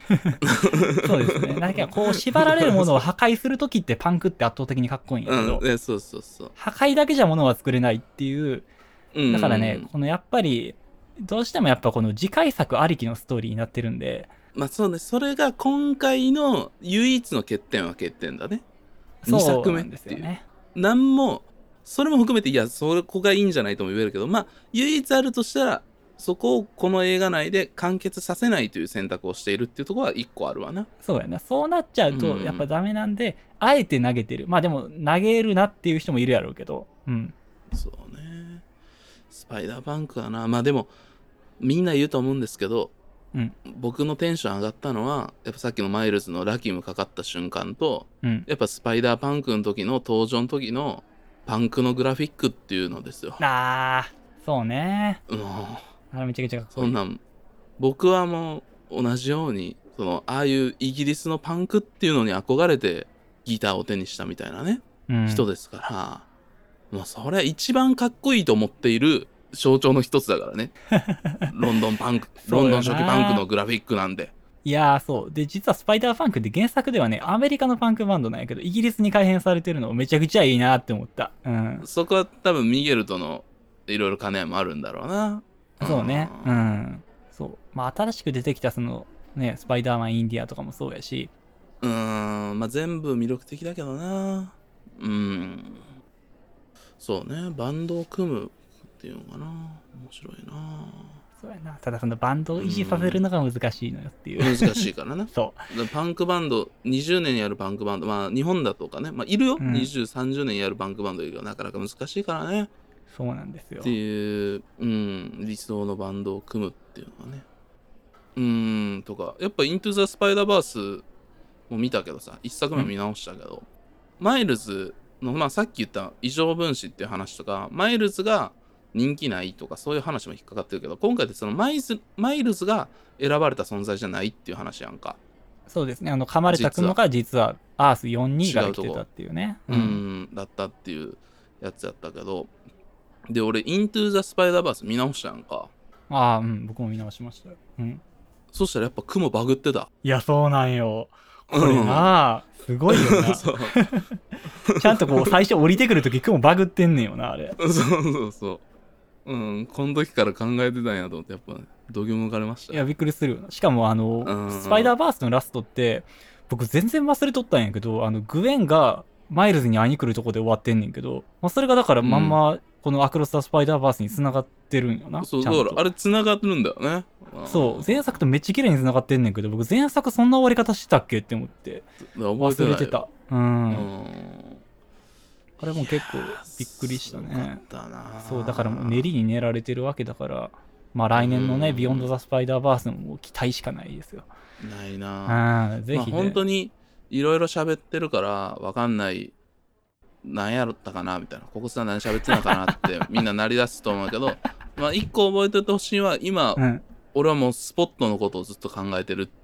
そうですね。なんかこう縛られるものを破壊するときってパンクって圧倒的にかっこいいんやけど、 うん、えそうそうそう。 破壊だけじゃものは作れないっていう、 うん、 だからね、このやっぱり、どうしてもやっぱこの次回作ありきのストーリーになってるんで、 まあそうね、それが今回の唯一の欠点は欠点だね。 そうにさくめなんっていう。 ですよね。 なんも、それも含めて、いや、そこがいいんじゃないとも言えるけど、まあ、唯一あるとしたら、そこをこの映画内で完結させないという選択をしているっていうところは一個あるわな。 そうやな。そうなっちゃうとうんやっぱダメなんで、あえて投げてる。まあでも投げるなっていう人もいるやろうけど、うん。 そうね。スパイダーバンクはな、まあでも、みんな言うと思うんですけど、 うん。 僕のテンション上がったのは、やっぱさっきのマイルズのラキムかかった瞬間と、 うん。 やっぱスパイダーパンクの時の登場の時のパンクのグラフィックっていうのですよ。 あー、そうね。 うん。 あれめちゃくちゃかっこいい。 そんなん、僕はもう同じように、その、ああいうイギリスのパンクっていうのに憧れてギターを手にしたみたいなね、 うん、 人ですから、もうそれ一番かっこいいと思っている象徴の一つだからね。ロンドンパンク、ロンドン初期パンクのグラフィックなんで。 いやーそう。で、実はスパイダーパンクって原作ではね、アメリカのパンクバンドなんやけど、イギリスに改編されてるのめちゃくちゃいいなって思った。うん。 そこは多分ミゲルとのいろいろ兼ね合いもあるんだろうな。 そうね。うん。そう。まあ、新しく出てきたその、ね、スパイダーマンインディアとかもそうやし。 うーん、まあ全部魅力的だけどな。うん。そうね、バンドを組むっていうのかな。面白いな。 そうやな。ただそのバンドを維持させるのが難しいのよっていう。 難しいからな。 そう。パンクバンド、にじゅうねんやるパンクバンド、まあ日本だとかね、まあいるよ。 うん、 にじゅう、さんじゅうねんやるパンクバンドいるけど、なかなか難しいからね。 そうなんですよ。 っていう、うん、理想のバンドを組むっていうのがね。うーん、とか、やっぱイントゥ・ザ・スパイダーバースも見たけどさ、一作目見直したけど、うん、マイルズの、まあさっき言った異常分子っていう話とか、マイルズが人気ないとかそういう話も引っかかってるけど、今回ってそのマイズマイルズが選ばれた存在じゃないっていう話やんか。 そうですね。あの、噛まれた雲が実はアースよんにが来てたっていうね。 うん、うんだったっていうやつやったけど、で、俺、イントゥ・ザ・スパイダーバース見直したやんか。 ああ、うん、僕も見直しましたよ。うん。 そしたらやっぱ雲バグってた。 いや、そうなんよ。これな、うん、すごいよな。ちゃんとこう、最初降りてくるとき雲バグってんねんよな、あれ。 そうそうそう。うん、この時から考えてたんやと思って、やっぱ、ね、度肝抜かれました。 いや、びっくりするよな。しかも、あの、うんうん、スパイダーバースのラストって、僕全然忘れとったんやけど、あの、グエンがマイルズに会いに来るとこで終わってんねんけど、まあ、それがだからまんま、うん、このアクロス・ザ・スパイダーバースに繋がってるんよな。 そう、だからあれ繋がってるんだよね。 そう、前作とめっちゃ綺麗に繋がってんねんけど、僕前作そんな終わり方してたっけって思って、忘れてた。うん。うんあれも結構びっくりしたね。そう、だからもう練りに練られてるわけだから、まあ来年のね、ビヨンド・ザ・スパイダーバースも期待しかないですよ。 ないなぁ。ぜひ、ね。まあ、本当にいろいろ喋ってるからわかんない。何やったかなみたいな、ここさ何喋ってたのかなってみんななりだすと思うけど、まあ一個覚えておいてほしいのは今、うん、俺はもうスポットのことをずっと考えてる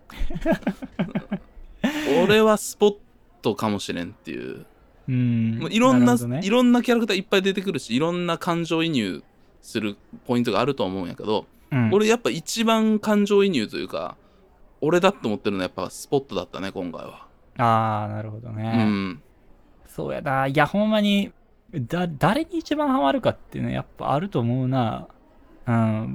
俺はスポットかもしれんっていう、うん、もういろんな、ね、いろんなキャラクターいっぱい出てくるし、いろんな感情移入するポイントがあると思うんやけど、うん、俺やっぱ一番感情移入というか俺だと思ってるのはやっぱスポットだったね今回は。 ああなるほどね。 うんそうやな。いや、ほんまに、だ、誰に一番ハマるかってね、やっぱあると思うな。うん。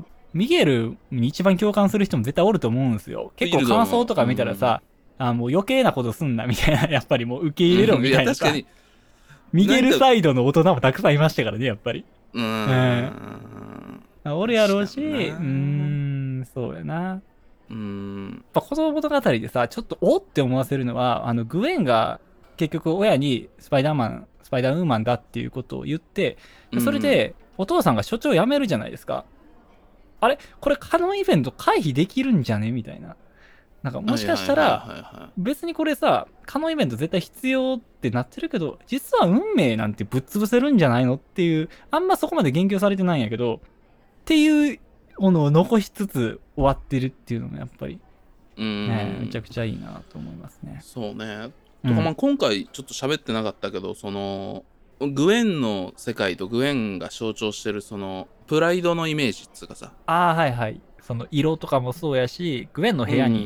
ミゲルに一番共感する人も絶対おると思うんですよ。結構感想とか見たらさ、うん、あもう余計なことすんなみたいな、やっぱりもう受け入れろみたいなさ。うん、いや、確かに。ミゲルサイドの大人もたくさんいましたからね、やっぱり。 うーん。 うん。おるやろうし、うーん、そうやな。 うーん。やっぱこの物語でさ、ちょっとおって思わせるのは、あの、グエンが、結局親にスパイダーマン、スパイダーウーマンだっていうことを言って、それでお父さんが所長辞めるじゃないですか。あれこれカノンイベント回避できるんじゃねみたいな。なんかもしかしたら、別にこれさ、カノンイベント絶対必要ってなってるけど、実は運命なんてぶっ潰せるんじゃないのっていう、あんまそこまで言及されてないんやけど、っていうものを残しつつ終わってるっていうのもやっぱり、ね、めちゃくちゃいいなと思いますね。 そうね。とかまあ今回ちょっと喋ってなかったけど、そのグエンの世界とグエンが象徴してるそのプライドのイメージっつうかさ、 ああはいはい、その色とかもそうやし、グエンの部屋に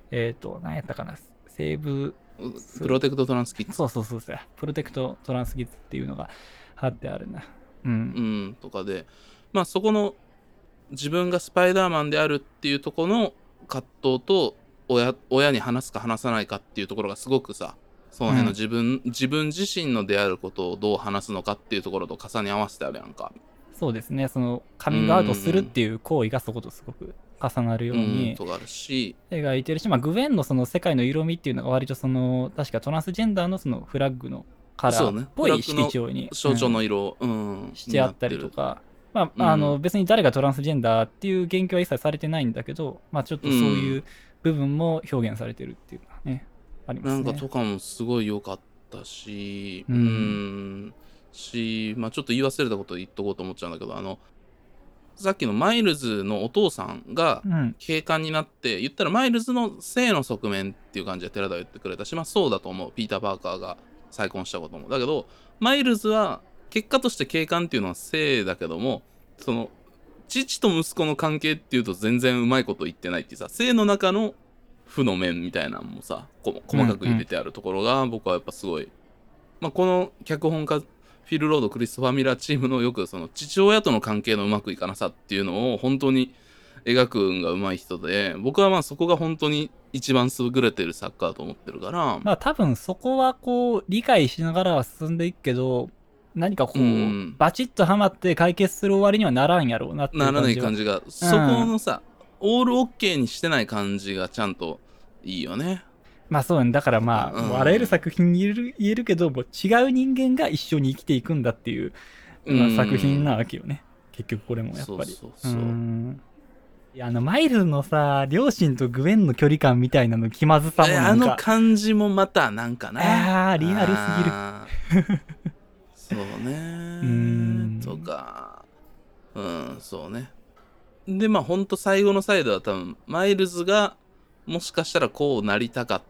えっ、と、何やったかな、西部、 プロテクトトランスキッズそうそうそうそう、プロテクトトランスキッズっていうのが貼ってあるな。うん。 うんとかで、まあそこの自分がスパイダーマンであるっていうところの葛藤と親親に話すか話さないかっていうところがすごくさ、その辺の自分、うん、自分自身のであることをどう話すのかっていうところと重ね合わせてあるやんか。 そうですね、そのカミングアウトするっていう行為がそことすごく重なるようにとがあるし描いてるし、まあ、グウェンのその世界の色味っていうのが割とその確かトランスジェンダーのそのフラッグのカラーっぽい色調に、 象徴の色、うん、 してあったりとか、まあ、あの別に誰がトランスジェンダーっていう言及は一切されてないんだけど、まあ、ちょっとそういう部分も表現されてるっていうのはね、ありますね。 なんかとかもすごい良かったし、うん、うんし、まあ、ちょっと言い忘れたこと言っとこうと思っちゃうんだけど、あのさっきのマイルズのお父さんが警官になって、うん、言ったらマイルズの性の側面っていう感じで寺田は言ってくれたし、まあそうだと思う。ピーター・パーカーが再婚したことも。だけど、マイルズは結果として警官っていうのは性だけども、その父と息子の関係っていうと全然うまいこと言ってないっていうさ、性の中の負の面みたいなのもさ、細かく入れてあるところが僕はやっぱすごい、うんうん、まあこの脚本家フィル・ロード・クリストファー・ミラーチームのよくその父親との関係のうまくいかなさっていうのを本当に描くんがうまい人で、僕はまあそこが本当に一番優れてる作家だと思ってるから、 まあ多分そこはこう理解しながらは進んでいくけど、何かこう、うん、バチッとはまって解決する終わりにはならんやろうなっていう感じが。 ならない感じが、そこのさ、うん、オールオッケーにしてない感じがちゃんといいよね。 まあそうね、だからまあ、うん、あらゆる作品に言える、言えるけど、もう違う人間が一緒に生きていくんだっていう、まあ、作品なわけよね。結局これもやっぱり。そうそうそう。うんいや、あの、マイルのさ、両親とグウェンの距離感みたいなの気まずさもなんか。 あの感じもまたなんかね。 ああ、リアルすぎる。 そうね。うんとか、うん、そうね。で、まあほんと最後の最後は多分、マイルズがもしかしたらこうなりたかった、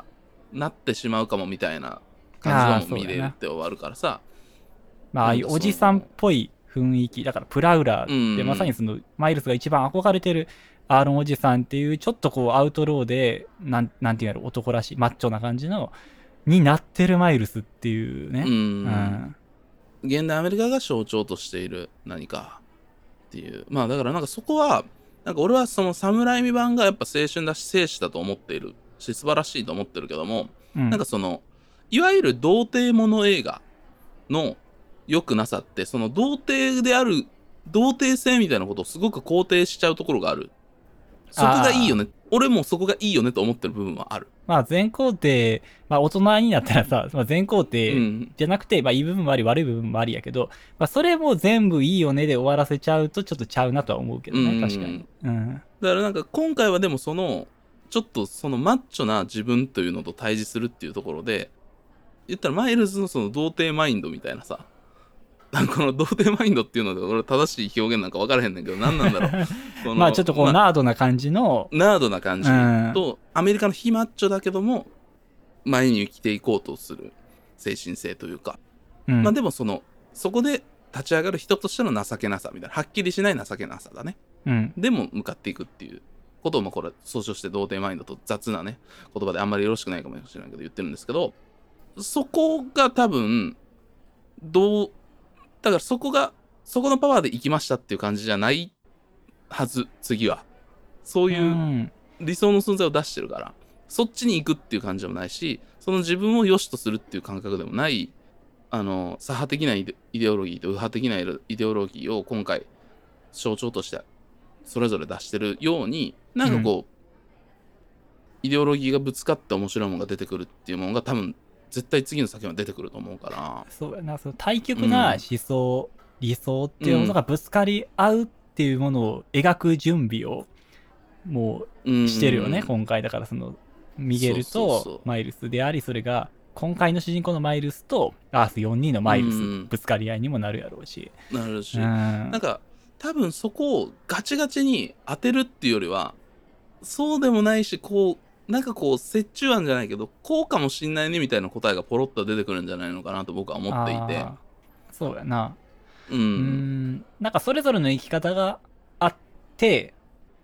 なってしまうかもみたいな感じはもう見れるって終わるからさ。 まあ、ああいうおじさんっぽい雰囲気だからプラウラーってまさにそのマイルズが一番憧れてるアーロンおじさんっていうちょっとこうアウトローでなんなんていうの男らしいマッチョな感じのになってるマイルスっていうね。うん、うん、 現代アメリカが象徴としている何かっていうまあだからなんかそこはなんか俺はそのサムライミ版がやっぱ青春だし生死だと思っているし素晴らしいと思ってるけども、うん、なんかそのいわゆる童貞もの映画の良くなさってその童貞である童貞性みたいなことをすごく肯定しちゃうところがある。そこがいいよね。俺もそこがいいよねと思ってる部分はある。 まあ全肯定、まあ大人になったらさ、まあ、全肯定じゃなくて、うん、まあいい部分もあり悪い部分もありやけど、まあそれも全部いいよねで終わらせちゃうとちょっとちゃうなとは思うけどね、うん、確かに。うん。 だからなんか今回はでもその、ちょっとそのマッチョな自分というのと対峙するっていうところで、言ったらマイルズのその童貞マインドみたいなさ、この童貞マインドっていうので俺正しい表現なんか分からへんねんけど何なんだろうこのまあちょっとこう、まあ、ナードな感じのナードな感じと、うん、アメリカの非マッチョだけども前に生きていこうとする精神性というか、うん、まあでもそのそこで立ち上がる人としての情けなさみたいなはっきりしない情けなさだね、うん、でも向かっていくっていうことをまあこれ総称して童貞マインドと雑なね言葉であんまりよろしくないかもしれないけど言ってるんですけどそこが多分どうだからそこがそこのパワーで行きましたっていう感じじゃないはず次はそういう理想の存在を出してるから、うん、そっちに行くっていう感じでもないしその自分を良しとするっていう感覚でもないあの左派的なイデオロギーと右派的なイデオロギーを今回象徴としてそれぞれ出してるようになんかこう、うん、イデオロギーがぶつかって面白いものが出てくるっていうものが多分絶対次の先は出てくると思うからそうやなその対極な思想、うん、理想っていうものがぶつかり合うっていうものを描く準備をもうしてるよね、うん、今回だからそのミゲルとマイルスでありそれが今回の主人公のマイルスとアースよんにんのマイルス、うん、ぶつかり合いにもなるやろうしなるし、うん、なんか多分そこをガチガチに当てるっていうよりはそうでもないしこうなんかこう折衷案じゃないけどこうかもしんないねみたいな答えがポロッと出てくるんじゃないのかなと僕は思っていてそうやなうんうんなんかそれぞれの生き方があって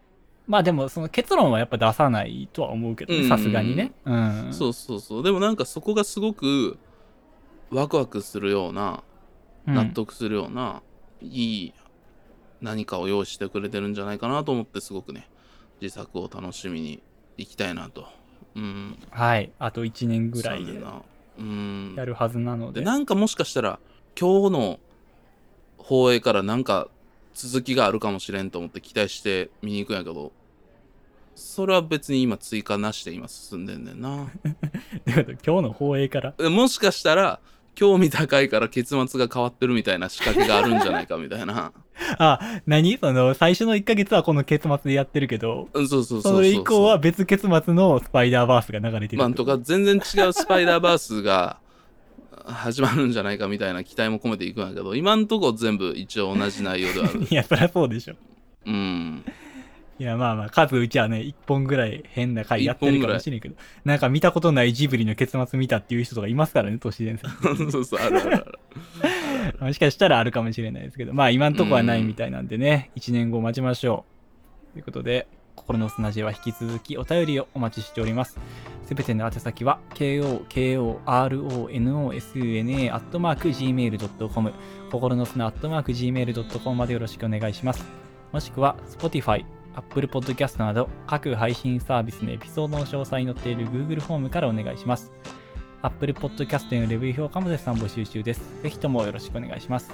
まあでもその結論はやっぱ出さないとは思うけどね、さすがにね。うん。 そうそうそう。でもなんかそこがすごくワクワクするような、 うん納得するような、いい何かを用意してくれてるんじゃないかなと思って、すごくね、自作を楽しみに行きたいなと。うん。 はい。あといちねんぐらいでそうだな。うんやるはずなので。 で、なんかもしかしたら今日の放映からなんか続きがあるかもしれんと思って期待して見に行くんやけど、それは別に今追加なしで今進んでんねんな。 だから今日の放映からでもしかしたら興味高いから結末が変わってるみたいな仕掛けがあるんじゃないかみたいな。 あ、何その最初のいっかげつはこの結末でやってるけど、 うんそうそうそうそうそれ以降は別結末のスパイダーバースが流れてる。 まあとか全然違うスパイダーバースが始まるんじゃないかみたいな期待も込めていくんやけど、今んとこ全部一応同じ内容ではある。 いや、そりゃそうでしょ。 うん。 いや、まあまあ、数うちはね、いっぽんぐらい変な回やってるかもしれんけど、なんか見たことないジブリの結末見たっていう人とかいますからね、都市伝説。 そうそう、あるあるある。 もしかしたらあるかもしれないですけど、まあ今んとこはないみたいなんでね、いちねんご待ちましょう。ということで、心の砂地は引き続きお便りをお待ちしております。すべての宛先は ケーオーケーオーアールオーエヌオーエスユーエヌエー アットマーク ジーメールドットコム 心の砂 アットマーク ジーメールドットコム までよろしくお願いします。もしくは Spotify、Apple Podcast など各配信サービスのエピソードの詳細に載っている Google フォームからお願いします。Apple Podcast へのレビュー評価も絶賛募集中です。ぜひともよろしくお願いします。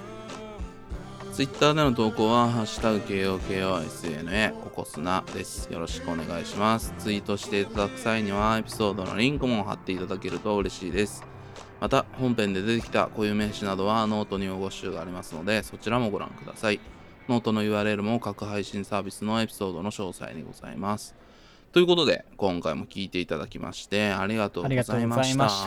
Twitter での投稿は、ハッシュタグ ケーオーケーオーエスエヌエー ココスナです。よろしくお願いします。ツイートしていただく際には、エピソードのリンクも貼っていただけると嬉しいです。また、本編で出てきた固有名詞などはノートに応募集がありますので、そちらもご覧ください。ノートの ユーアールエル も各配信サービスのエピソードの詳細にございます。ということで、今回も聞いていただきましてありがとうございました。 ありがとうございました。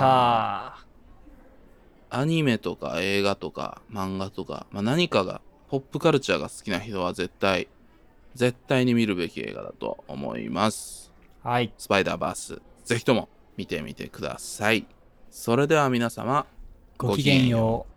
アニメとか映画とか漫画とか、まあ、何かがポップカルチャーが好きな人は絶対絶対に見るべき映画だと思います。 はい。 スパイダーバース、ぜひとも見てみてください。それでは皆様、 ごきげんよう。